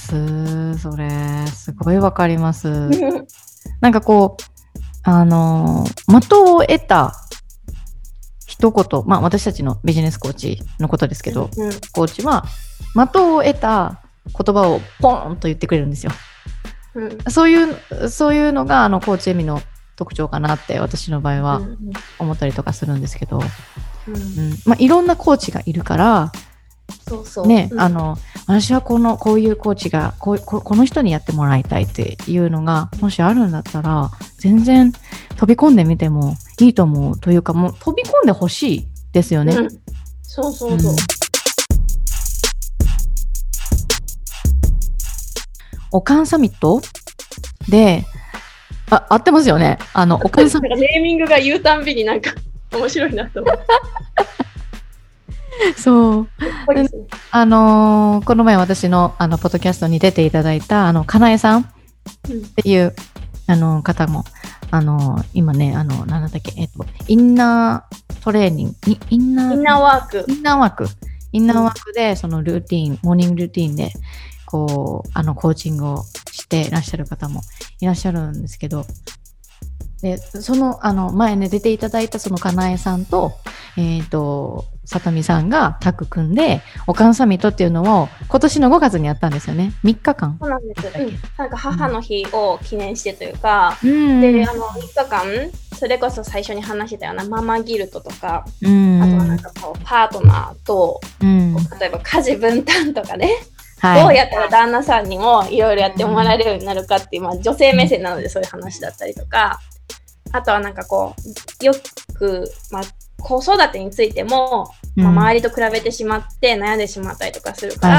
Speaker 2: それすごいわかります。なんかこう的を得た一言、私たちのビジネスコーチのことですけど、コーチは的を得た言葉をポーンと言ってくれるんですよ。そういうのがコーチエミの特徴かなって私の場合は思ったりとかするんですけど、いろんなコーチがいるからね、 私はこういうコーチがこの人にやってもらいたいっていうのがもしあるんだったら、全然飛び込んでみてもいいと思うというか、もう飛び込んでほしいですよね。
Speaker 3: そうそうそう。
Speaker 2: オカンサミットで、合ってますよね。オカンサミット。
Speaker 3: ネーミングが言うたんびになんか面白いなと思う。
Speaker 2: そう。この前私のポッドキャストに出ていただいたかなえさんっていう、方も今ねなんだっけインナートレーニングインナーワークでそのルーティンモーニングルーティンでこうコーチングをしていらっしゃる方もいらっしゃるんですけど、でその前ね出ていただいたそのかなえさんとさとみさんがタッグ組んでオカンサミットっていうのを今年の5月にやったんですよね。3日間。
Speaker 3: そうなんです。なんか母の日を記念してというか、で3日間それこそ最初に話してたようなママギルトとか、あとはなんかこうパートナーと、例えば家事分担とかね、どうやったら旦那さんにもいろいろやってもらえるようになるかっていう、女性目線なのでそういう話だったりとか、あとはなんかこうよく、子育てについても、周りと比べてしまって悩んでしまったりとかするから、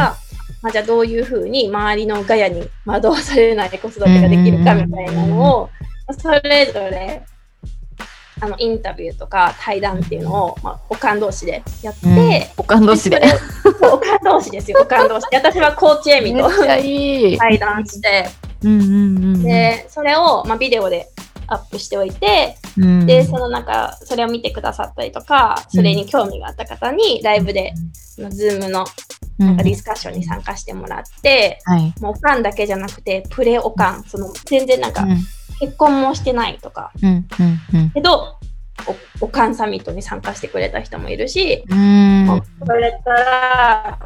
Speaker 3: じゃあどういうふうに周りのガヤに惑わされない子育てができるかみたいなのを、それぞれインタビューとか対談っていうのを、おかん同士でやって、
Speaker 2: おかん同士で
Speaker 3: おかん同士ですよ。おかん同士で私はコーチエミと対談して、でそれを、ビデオでアップしておいて、でそれを見てくださったりとか、それに興味があった方にライブでZoom のなんかディスカッションに参加してもらって、もうおかんだけじゃなくてプレおかん、全然なんか結婚もしてないとか、けどおかんサミットに参加してくれた人もいるし、それから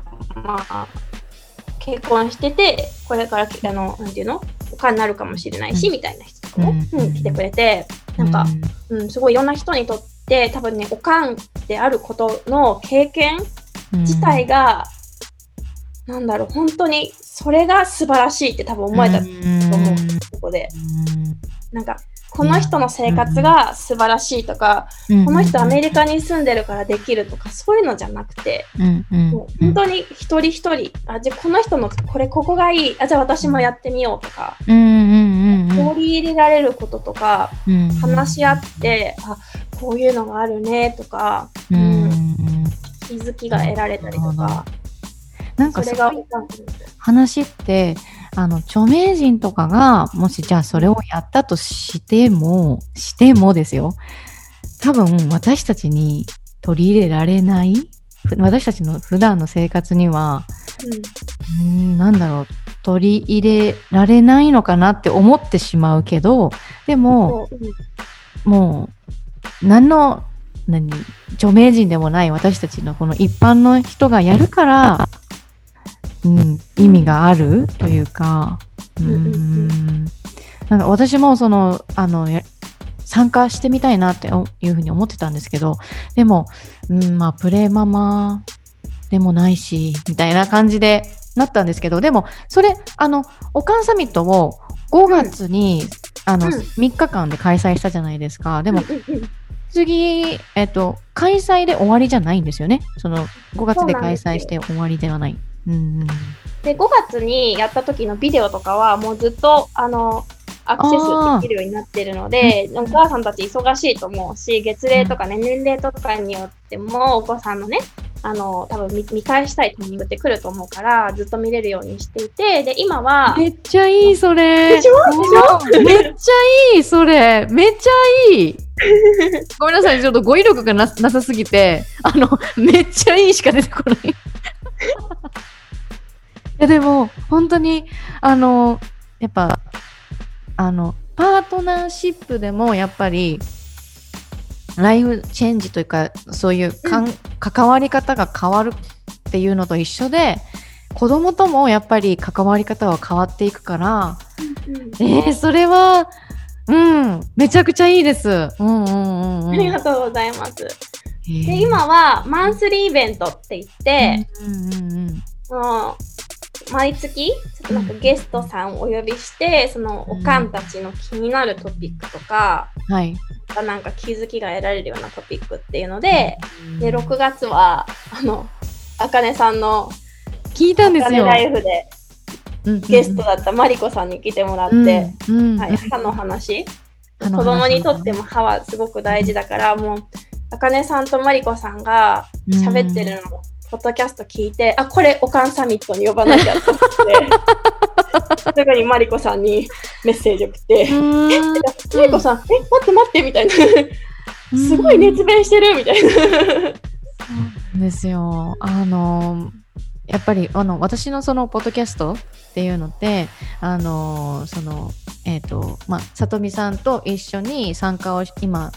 Speaker 3: 結婚しててこれからなんていうのおかんになるかもしれないし、みたいな人とかも、来てくれて、なんか、すごいいろんな人にとって多分ね、おかんであることの経験自体が、なんだろう、本当にそれが素晴らしいって多分思えたと思う、ここで。なんかこの人の生活が素晴らしいとか、この人アメリカに住んでるからできるとか、そういうのじゃなくて、もう本当に一人一人、じゃあこの人のここがいい、じゃあ私もやってみようとか、取り入れられることとか、話し合って、こういうのがあるねとか、気づきが得られたりとか、
Speaker 2: なんかそれが話って著名人とかがもしじゃあそれをやったとしてもですよ、多分私たちに取り入れられない、私たちの普段の生活には、なんだろう、取り入れられないのかなって思ってしまうけど、でも、もう著名人でもない私たちのこの一般の人がやるから意味があるというか、なんか私も参加してみたいなっていうふうに思ってたんですけど、でも、プレママでもないしみたいな感じでなったんですけど、でもそれオカンサミットを5月に、3日間で開催したじゃないですか。でも、次、開催で終わりじゃないんですよね。その5月で開催して終わりではない。
Speaker 3: で5月にやった時のビデオとかはもうずっとアクセスできるようになってるので、お母さんたち忙しいと思うし、月齢とかね、年齢とかによってもお子さんのね、多分見返したいタイミングって来ると思うから、ずっと見れるようにしていて、で今は
Speaker 2: めっちゃいい、それ
Speaker 3: でしょ
Speaker 2: めっちゃいい、それめっちゃいいごめんなさい、ちょっと語彙力がなさすぎてめっちゃいいしか出てこないいやでも本当にやっぱパートナーシップでもやっぱりライフチェンジというか、そういう関わり方が変わるっていうのと一緒で、子供ともやっぱり関わり方は変わっていくから、それはめちゃくちゃいいです。あ
Speaker 3: りがとうございます。で今はマンスリーイベントって言って、 毎月ちょっとなんかゲストさんをお呼びして、そのおかんたちの気になるトピックとか、なんか気づきが得られるようなトピックっていうので、で6月はあかねさんの
Speaker 2: 聞いたんですよ。
Speaker 3: ライフでゲストだったマリコさんに来てもらって、歯の話、子供にとっても歯はすごく大事だから、もうあかねさんとマリコさんが喋ってるのをポッドキャスト聞いて、これおかんサミットに呼ばなきゃと思ってすぐにマリコさんにメッセージ送ってマリコさん、待ってみたいなすごい熱弁してるみたいな
Speaker 2: そうですよ。やっぱり私のそのポッドキャストっていうのってさとみさんと一緒に参加を今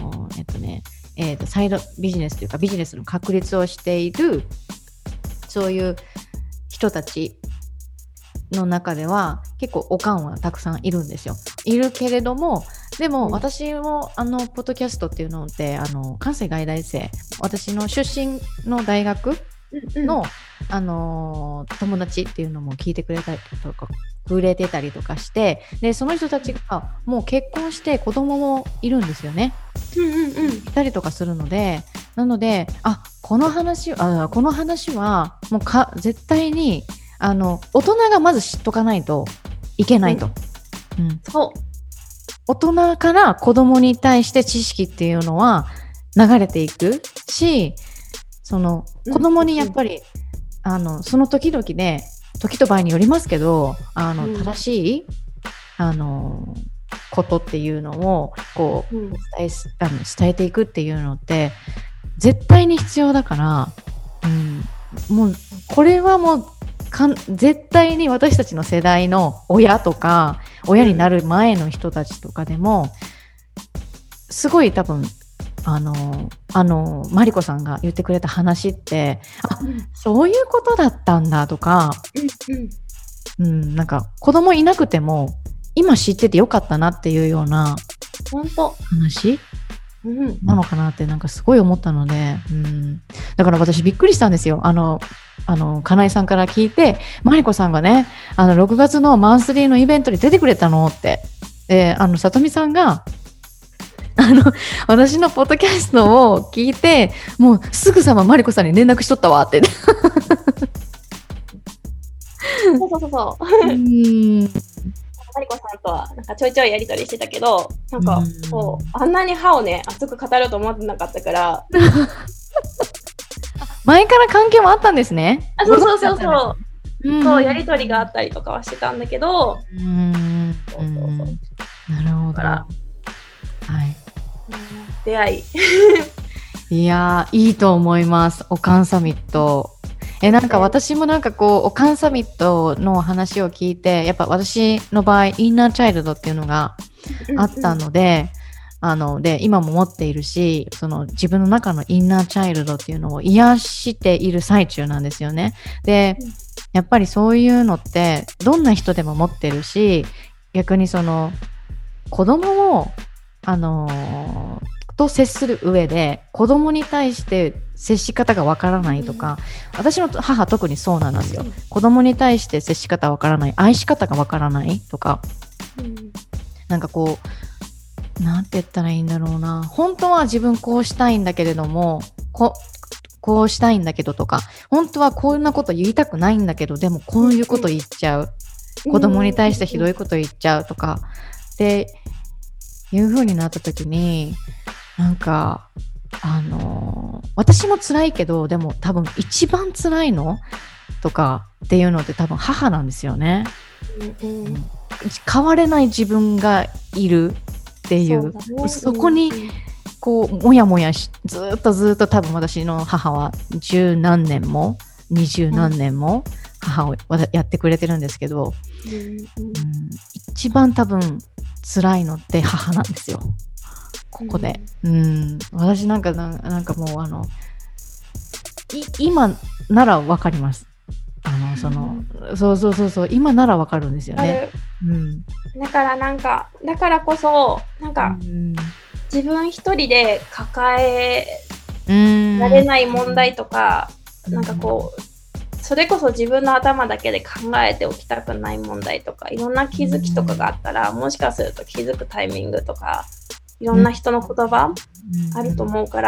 Speaker 2: サイドビジネスというかビジネスの確立をしているそういう人たちの中では結構おかんはたくさんいるんですよ。いるけれども、でも私もポッドキャストっていうのって関西外大生、私の出身の大学の、友達っていうのも聞いてくれたりとかくれてたりとかして、でその人たちがもう結婚して子供もいるんですよね。いたりとかするので、なのでこの話はもう絶対に大人がまず知っとかないといけないと、そう大人から子供に対して知識っていうのは流れていくし、その子供にやっぱり、その時々で時と場合によりますけど正しいことっていうのをこう、伝えていくっていうのって絶対に必要だから、もうこれはもう絶対に私たちの世代の親とか親になる前の人たちとかでもすごい多分マリコさんが言ってくれた話ってそういうことだったんだとか、なんか子供いなくても今知っててよかったなっていうような話なのかなってなんかすごい思ったので、だから私びっくりしたんですよ。かなえさんから聞いて、マリコさんがね6月のマンスリーのイベントに出てくれたのって、さとみさんが私のポッドキャストを聞いて、もうすぐさまマリコさんに連絡しとったわって
Speaker 3: そうマリコさんとはなんかちょいちょいやり取りしてたけど、なんかあんなに歯をね熱く語ると思ってなかったから
Speaker 2: 前から関係もあったんですね。
Speaker 3: そうやり取りがあったりとかはしてたんだけど、
Speaker 2: なるほど。
Speaker 3: 出会い
Speaker 2: いやいいと思います。おかんサミットなんか私もなんかこうおかんサミットの話を聞いて、やっぱ私の場合インナーチャイルドっていうのがあったのでで今も持っているし、その自分の中のインナーチャイルドっていうのを癒している最中なんですよね。でやっぱりそういうのってどんな人でも持ってるし、逆にその子供をと接する上で子供に対して接し方がわからないとか、私の母特にそうなんですよ。子供に対して接し方わからない、愛し方がわからないとか、なんかこうなんて言ったらいいんだろうな、本当は自分こうしたいんだけれどもこうしたいんだけどとか、本当はこんなこと言いたくないんだけどでもこういうこと言っちゃう、子供に対してひどいこと言っちゃうとかっていう風になった時に、なんか私も辛いけどでも多分一番辛いのとかっていうのって多分母なんですよね。変われない自分がいるっていう、そこにこうもやもやずっと多分私の母は十何年も20何年も母をやってくれてるんですけど、一番多分辛いのって母なんですよ。ここで、私なんかもう今ならわかります。そう今ならわかるんですよね。
Speaker 3: だからこそなんか、自分一人で抱えられない問題とか、なんかこうそれこそ自分の頭だけで考えておきたくない問題とかいろんな気づきとかがあったら、もしかすると気づくタイミングとかいろんな人の言葉あると思うから、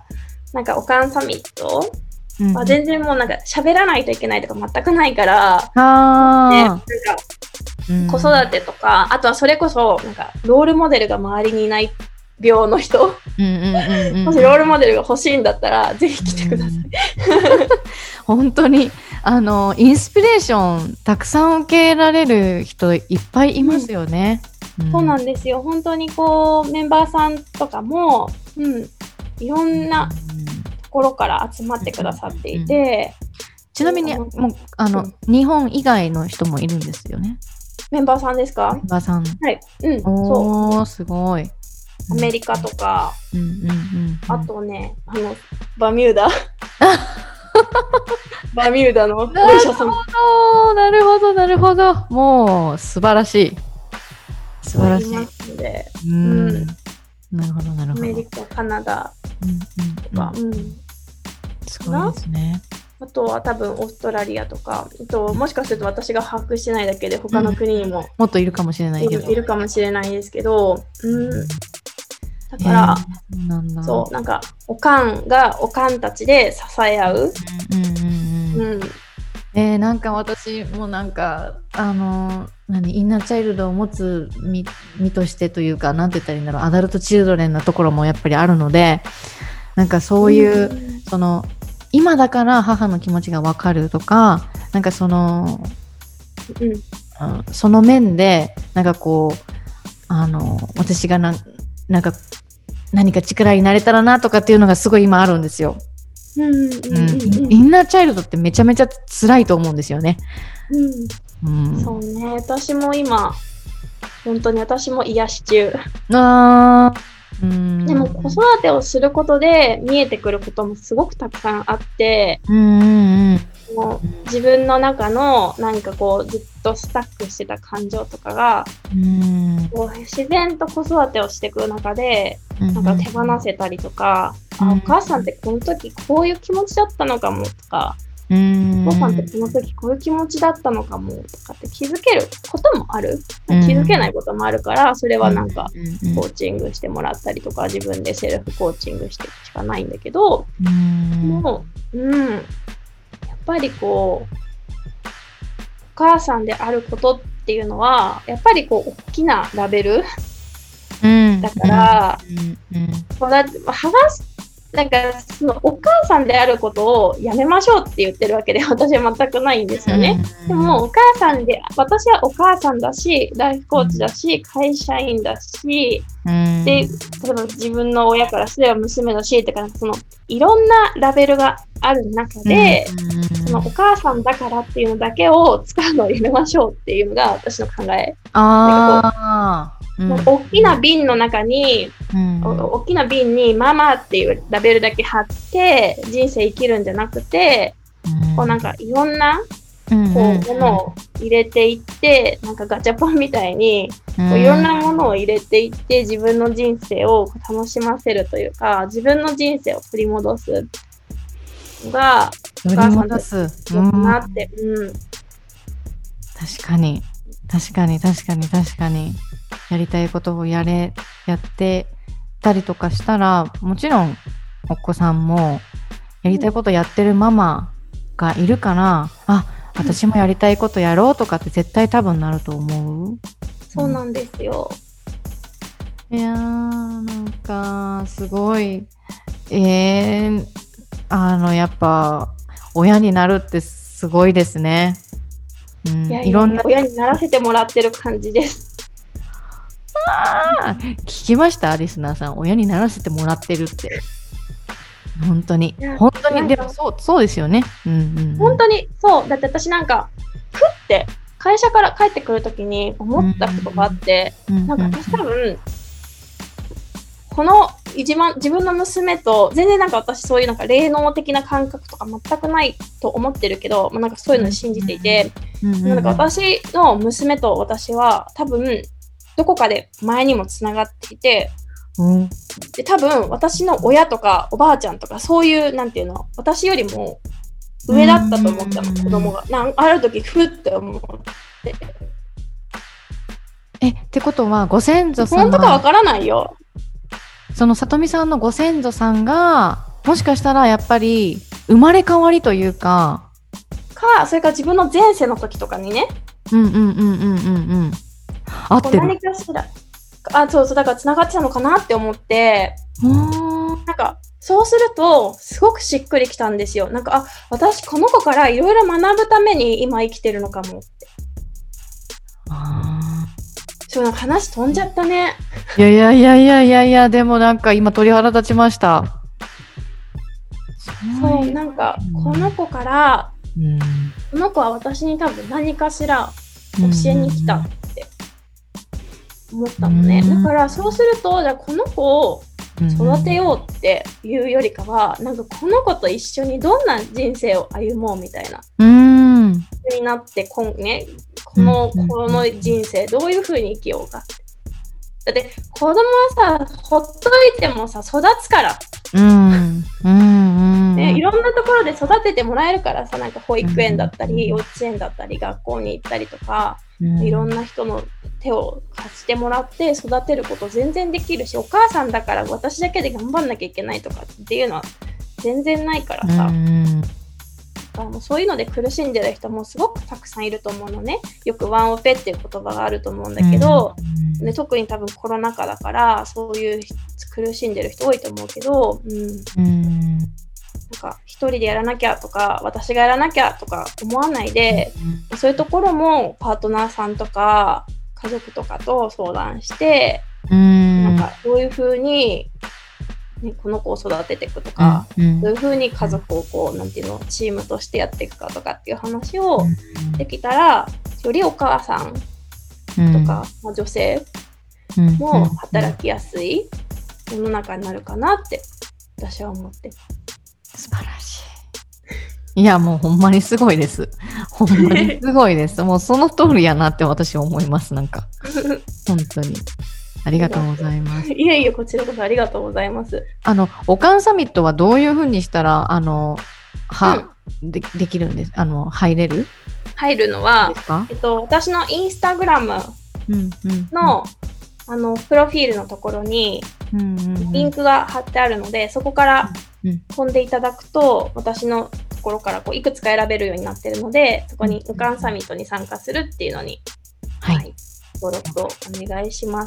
Speaker 3: なんかおかんサミットは全然もうなんか喋らないといけないとか全くないから、なんか子育てとか、あとはそれこそなんかロールモデルが周りにいない病の人、もしロールモデルが欲しいんだったらぜひ来てください。
Speaker 2: 本当にインスピレーションたくさん受けられる人いっぱいいますよね。
Speaker 3: そうなんですよ。本当にこうメンバーさんとかも、いろんなところから集まってくださっていて、
Speaker 2: ちなみにもう日本以外の人もいるんですよね。
Speaker 3: メンバーさんですか？
Speaker 2: メンバーさん。
Speaker 3: はい。
Speaker 2: そう。すごい。
Speaker 3: アメリカとか、あとね、バミューダバミューダのお医者さん。
Speaker 2: なるほどなるほど。もう素晴らしい。素晴らしい。
Speaker 3: な
Speaker 2: るほどなるほど。
Speaker 3: アメリカ、カナダとか、
Speaker 2: すごいですね。
Speaker 3: あとは多分オーストラリアとか、もしかすると私が把握してないだけで他の国にも、
Speaker 2: もっといるかもしれないけど、
Speaker 3: いるかもしれないですけど、だから、そうなんかおかんがおかんたちで支え合う。
Speaker 2: なんか私もなんかインナーチャイルドを持つ身としてというか、なんて言ったらいいんだろう、アダルトチルドレンなところもやっぱりあるので、なんかそういう、今だから母の気持ちが分かるとか、なんかその面でなんかこう私がなんか何か力になれたらなとかっていうのがすごい今あるんですよ。インナーチャイルドってめちゃめちゃ辛いと思うんですよね。
Speaker 3: そうね、私も今本当に私も癒し中。でも子育てをすることで見えてくることもすごくたくさんあって、もう自分の中のなんかこうずっとスタックしてた感情とかが、こう自然と子育てをしていく中でなんか手放せたりとか、お母さんってこの時こういう気持ちだったのかもとか、お父さんってこの時こういう気持ちだったのかもとかって気づけることもある、気づけないこともあるから、それはなんかコーチングしてもらったりとか、自分でセルフコーチングしていくしかないんだけど、もうやっぱりこうお母さんであることっていうのはやっぱりこう大きなラベルだから、なんかそのお母さんであることをやめましょうって言ってるわけで私は全くないんですよね。でも私はお母さんだし、ライフコーチだし、会社員だし、で例えば自分の親からすれば娘だしってか、そのいろんなラベルがある中で、そのお母さんだからっていうのだけを使うのをやめましょうっていうのが私の考え。大きな瓶の中に、大きな瓶にママっていうラベルだけ貼って人生生きるんじゃなくて、こうなんかいろんなこうものを入れていって、なんかガチャポンみたいにこういろんなものを入れていって自分の人生を楽しませるというか、自分の人生を振り戻すのがお母さんと必要かなって。
Speaker 2: 確かにやりたいことをやってたりとかしたら、もちろんお子さんもやりたいことやってるママがいるから、私もやりたいことやろうとかって絶対多分なると思う。
Speaker 3: そうなんですよ。
Speaker 2: いやなんかすごいやっぱ親になるってすごいですね。
Speaker 3: いろんな親にならせてもらってる感じです。
Speaker 2: 聞きました？リスナーさん、親にならせてもらってるって。本当にでもそうですよね。
Speaker 3: 本当にそう。だって私なんかふって会社から帰ってくるときに思ったことがあって、なんか私多分この自分の娘と全然なんか私そういうなんか霊能的な感覚とか全くないと思ってるけど、なんかそういうのを信じていて、なんか私の娘と私は多分どこかで前にもつながっていて、で多分私の親とかおばあちゃんとかそういうなんていうの、私よりも上だったと思ったの、子供が。ある時ふって思って。
Speaker 2: ってことはご先祖さん
Speaker 3: 本当かわからないよ。
Speaker 2: そのさとみさんのご先祖さんがもしかしたらやっぱり生まれ変わりというか
Speaker 3: それから自分の前世の時とかにね、
Speaker 2: 合ってる。
Speaker 3: 何かしらそうだからつながってたのかなって思って、なんかそうするとすごくしっくりきたんですよ。なんか私この子からいろいろ学ぶために今生きてるのかもって。なんか話飛んじゃったね。
Speaker 2: いやでもなんか今鳥肌立ちました。
Speaker 3: そうなんかこの子から、この子は私に多分何かしら教えに来たって思ったのね。だからそうするとじゃあこの子を育てようっていうよりかは、なんかこの子と一緒にどんな人生を歩もうみたいなになって、この人生どういう風に生きようかって。だって子供はさ、ほっといてもさ育つから、ね、いろんなところで育ててもらえるからさ、なんか保育園だったり幼稚園だったり学校に行ったりとか、いろんな人の手を貸してもらって育てること全然できるし、お母さんだから私だけで頑張んなきゃいけないとかっていうのは全然ないからさ、もうそういうので苦しんでる人もすごくたくさんいると思うのね。よくワンオペっていう言葉があると思うんだけど、特に多分コロナ禍だからそういう苦しんでる人多いと思うけど、なんか一人でやらなきゃとか私がやらなきゃとか思わないで、そういうところもパートナーさんとか家族とかと相談して、なんかどういう風にこの子を育てていくとか、どういう風に家族をなんていうのチームとしてやっていくかとかっていう話をできたら、よりお母さんとか、女性も働きやすい世の中になるかなって私は思って。
Speaker 2: 素晴らしい。いやもうほんまにすごいです。ほんまにすごいです。もうその通りやなって私は思います。なんか本当に。ありがとうございます。
Speaker 3: いえいえ、こちらこそありがとうございます。
Speaker 2: おかんサミットはどういう風にしたらできるんです？入るのは
Speaker 3: 私のインスタグラムの、プロフィールのところにリンクが貼ってあるので、そこから飛んでいただくと私のところからいくつか選べるようになってるので、そこにおかんサミットに参加するっていうのに、登録をお願いします。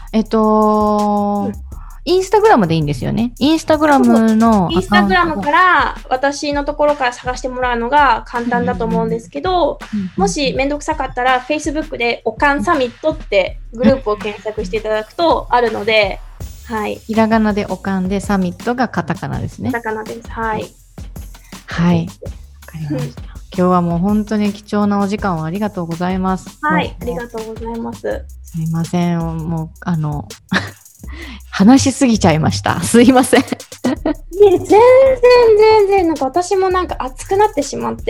Speaker 2: インスタグラムでいいんですよね。インスタグラム
Speaker 3: から私のところから探してもらうのが簡単だと思うんですけど、もしめんどくさかったら Facebook でおかんサミットってグループを検索していただくとあるので、
Speaker 2: ひらがなでおかんでサミットがカタカナですね。
Speaker 3: カタカナです。はい。
Speaker 2: わかりました。今日はもう本当に貴重なお時間をありがとうございます。
Speaker 3: ありがとうございます。
Speaker 2: すいません。もう話しすぎちゃいました。すいません。
Speaker 3: 全然なんか私もなんか熱くなってしまって。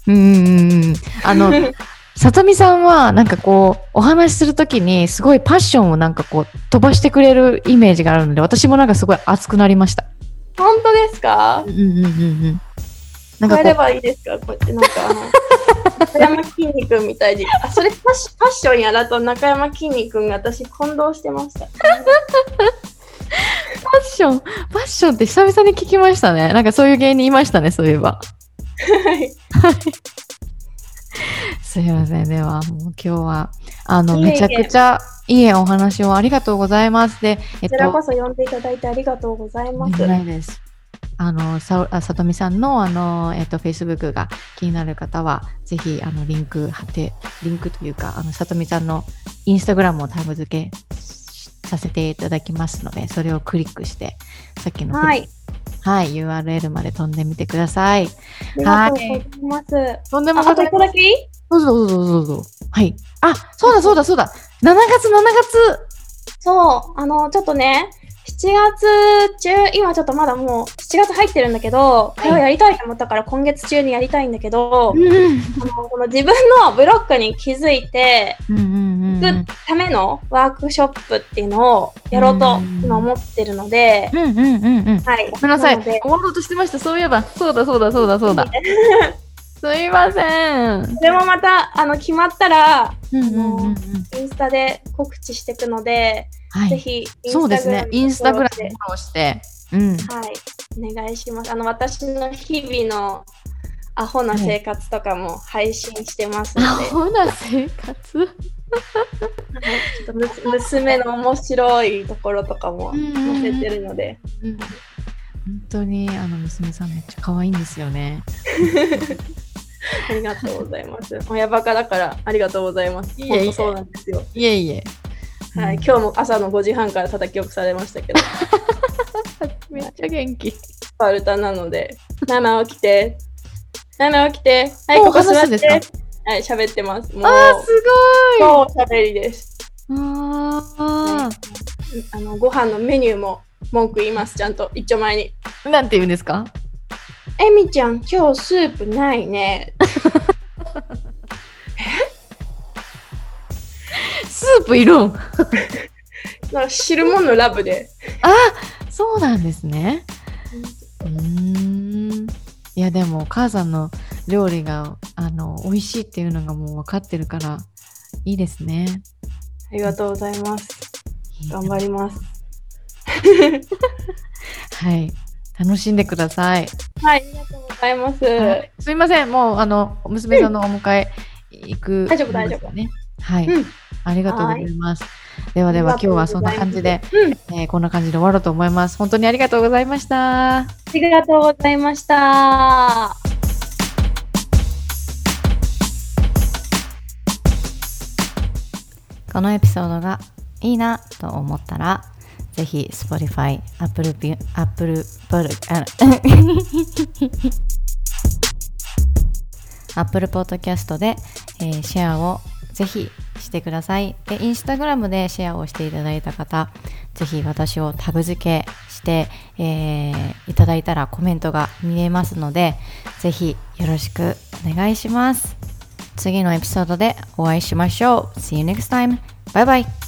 Speaker 2: さとみさんはなんかお話しするときにすごいパッションをなんか飛ばしてくれるイメージがあるので、私もなんかすごい熱くなりました。
Speaker 3: 本当ですか？なんか変えればいいですか？こうやってなんか中山きんに君みたいに。それパッションやだと中山きんに君が私混同してました。パ
Speaker 2: ッションって久々に聞きましたね。なんかそういう芸人いましたね、そういえば。すいません。ではもう今日はめちゃくちゃいいお話をありがとうございます。で、
Speaker 3: こちらこそ呼んでいただいてありがとうございます。
Speaker 2: ないです。さとみさんのFacebook が気になる方はぜひリンクというかさとみさんのインスタグラムをタグ付けさせていただきますので、それをクリックしてさっきのURL まで飛んでみてください。
Speaker 3: ありがとうございます。
Speaker 2: とんでもございません。
Speaker 3: あと1個だけいい？
Speaker 2: どうぞ。はい。そうだ。7月。
Speaker 3: そう、ちょっとね、7月中、今ちょっとまだもう7月入ってるんだけど、これをやりたいと思ったから今月中にやりたいんだけど、この自分のブロックに気づいて、 くためのワークショップっていうのをやろうと今思ってるので、はい。
Speaker 2: ごめんなさい。終わろうとしてました。そういえば。そうだ。すいません。
Speaker 3: それもまた決まったら、インスタで告知していくので、ぜひ
Speaker 2: そうですね。インスタグラムフォローして、
Speaker 3: はい、お願いします。私の日々のアホな生活とかも配信してますので。
Speaker 2: アホな生活
Speaker 3: ちょっと娘の面白いところとかも載せてるので。
Speaker 2: 本当に娘さんめっちゃ可愛いんですよね。
Speaker 3: ありがとうございます。親バカだからありがとうございます。本当そうなんですよ。
Speaker 2: いえ。
Speaker 3: はい、今日も朝の5時半から叩き起こされましたけど。
Speaker 2: めっちゃ元気。
Speaker 3: スパルタなので、ママ起きて。はい、ここ座って。はい、喋ってます。もう
Speaker 2: すごい。
Speaker 3: 超喋りです。ご飯のメニューも文句言います。ちゃんと一丁前に。
Speaker 2: なんて言うんですか？
Speaker 3: エミちゃん、今日スープないね。
Speaker 2: スープいるん？
Speaker 3: なんか汁物ラブで。
Speaker 2: そうなんですね。いやでもお母さんの料理が美味しいっていうのがもう分かってるからいいですね。
Speaker 3: ありがとうございます。頑張ります。
Speaker 2: はい、楽しんでください。
Speaker 3: はい、ありがとうございます。
Speaker 2: すいません、もう娘さんのお迎え行く、
Speaker 3: 大丈夫ね。
Speaker 2: はい、ありがとうございます。では今日はそんな感じで、こんな感じで終わろうと思います。本当にありがとうございました。
Speaker 3: ありがとうございました。
Speaker 1: このエピソードがいいなと思ったら、ぜひ Spotify、Apple Podcast で、シェアをぜひしてください。で、インスタグラムでシェアをしていただいた方、ぜひ私をタグ付けして、いただいたらコメントが見えますので、ぜひよろしくお願いします。次のエピソードでお会いしましょう。See you next time. Bye bye.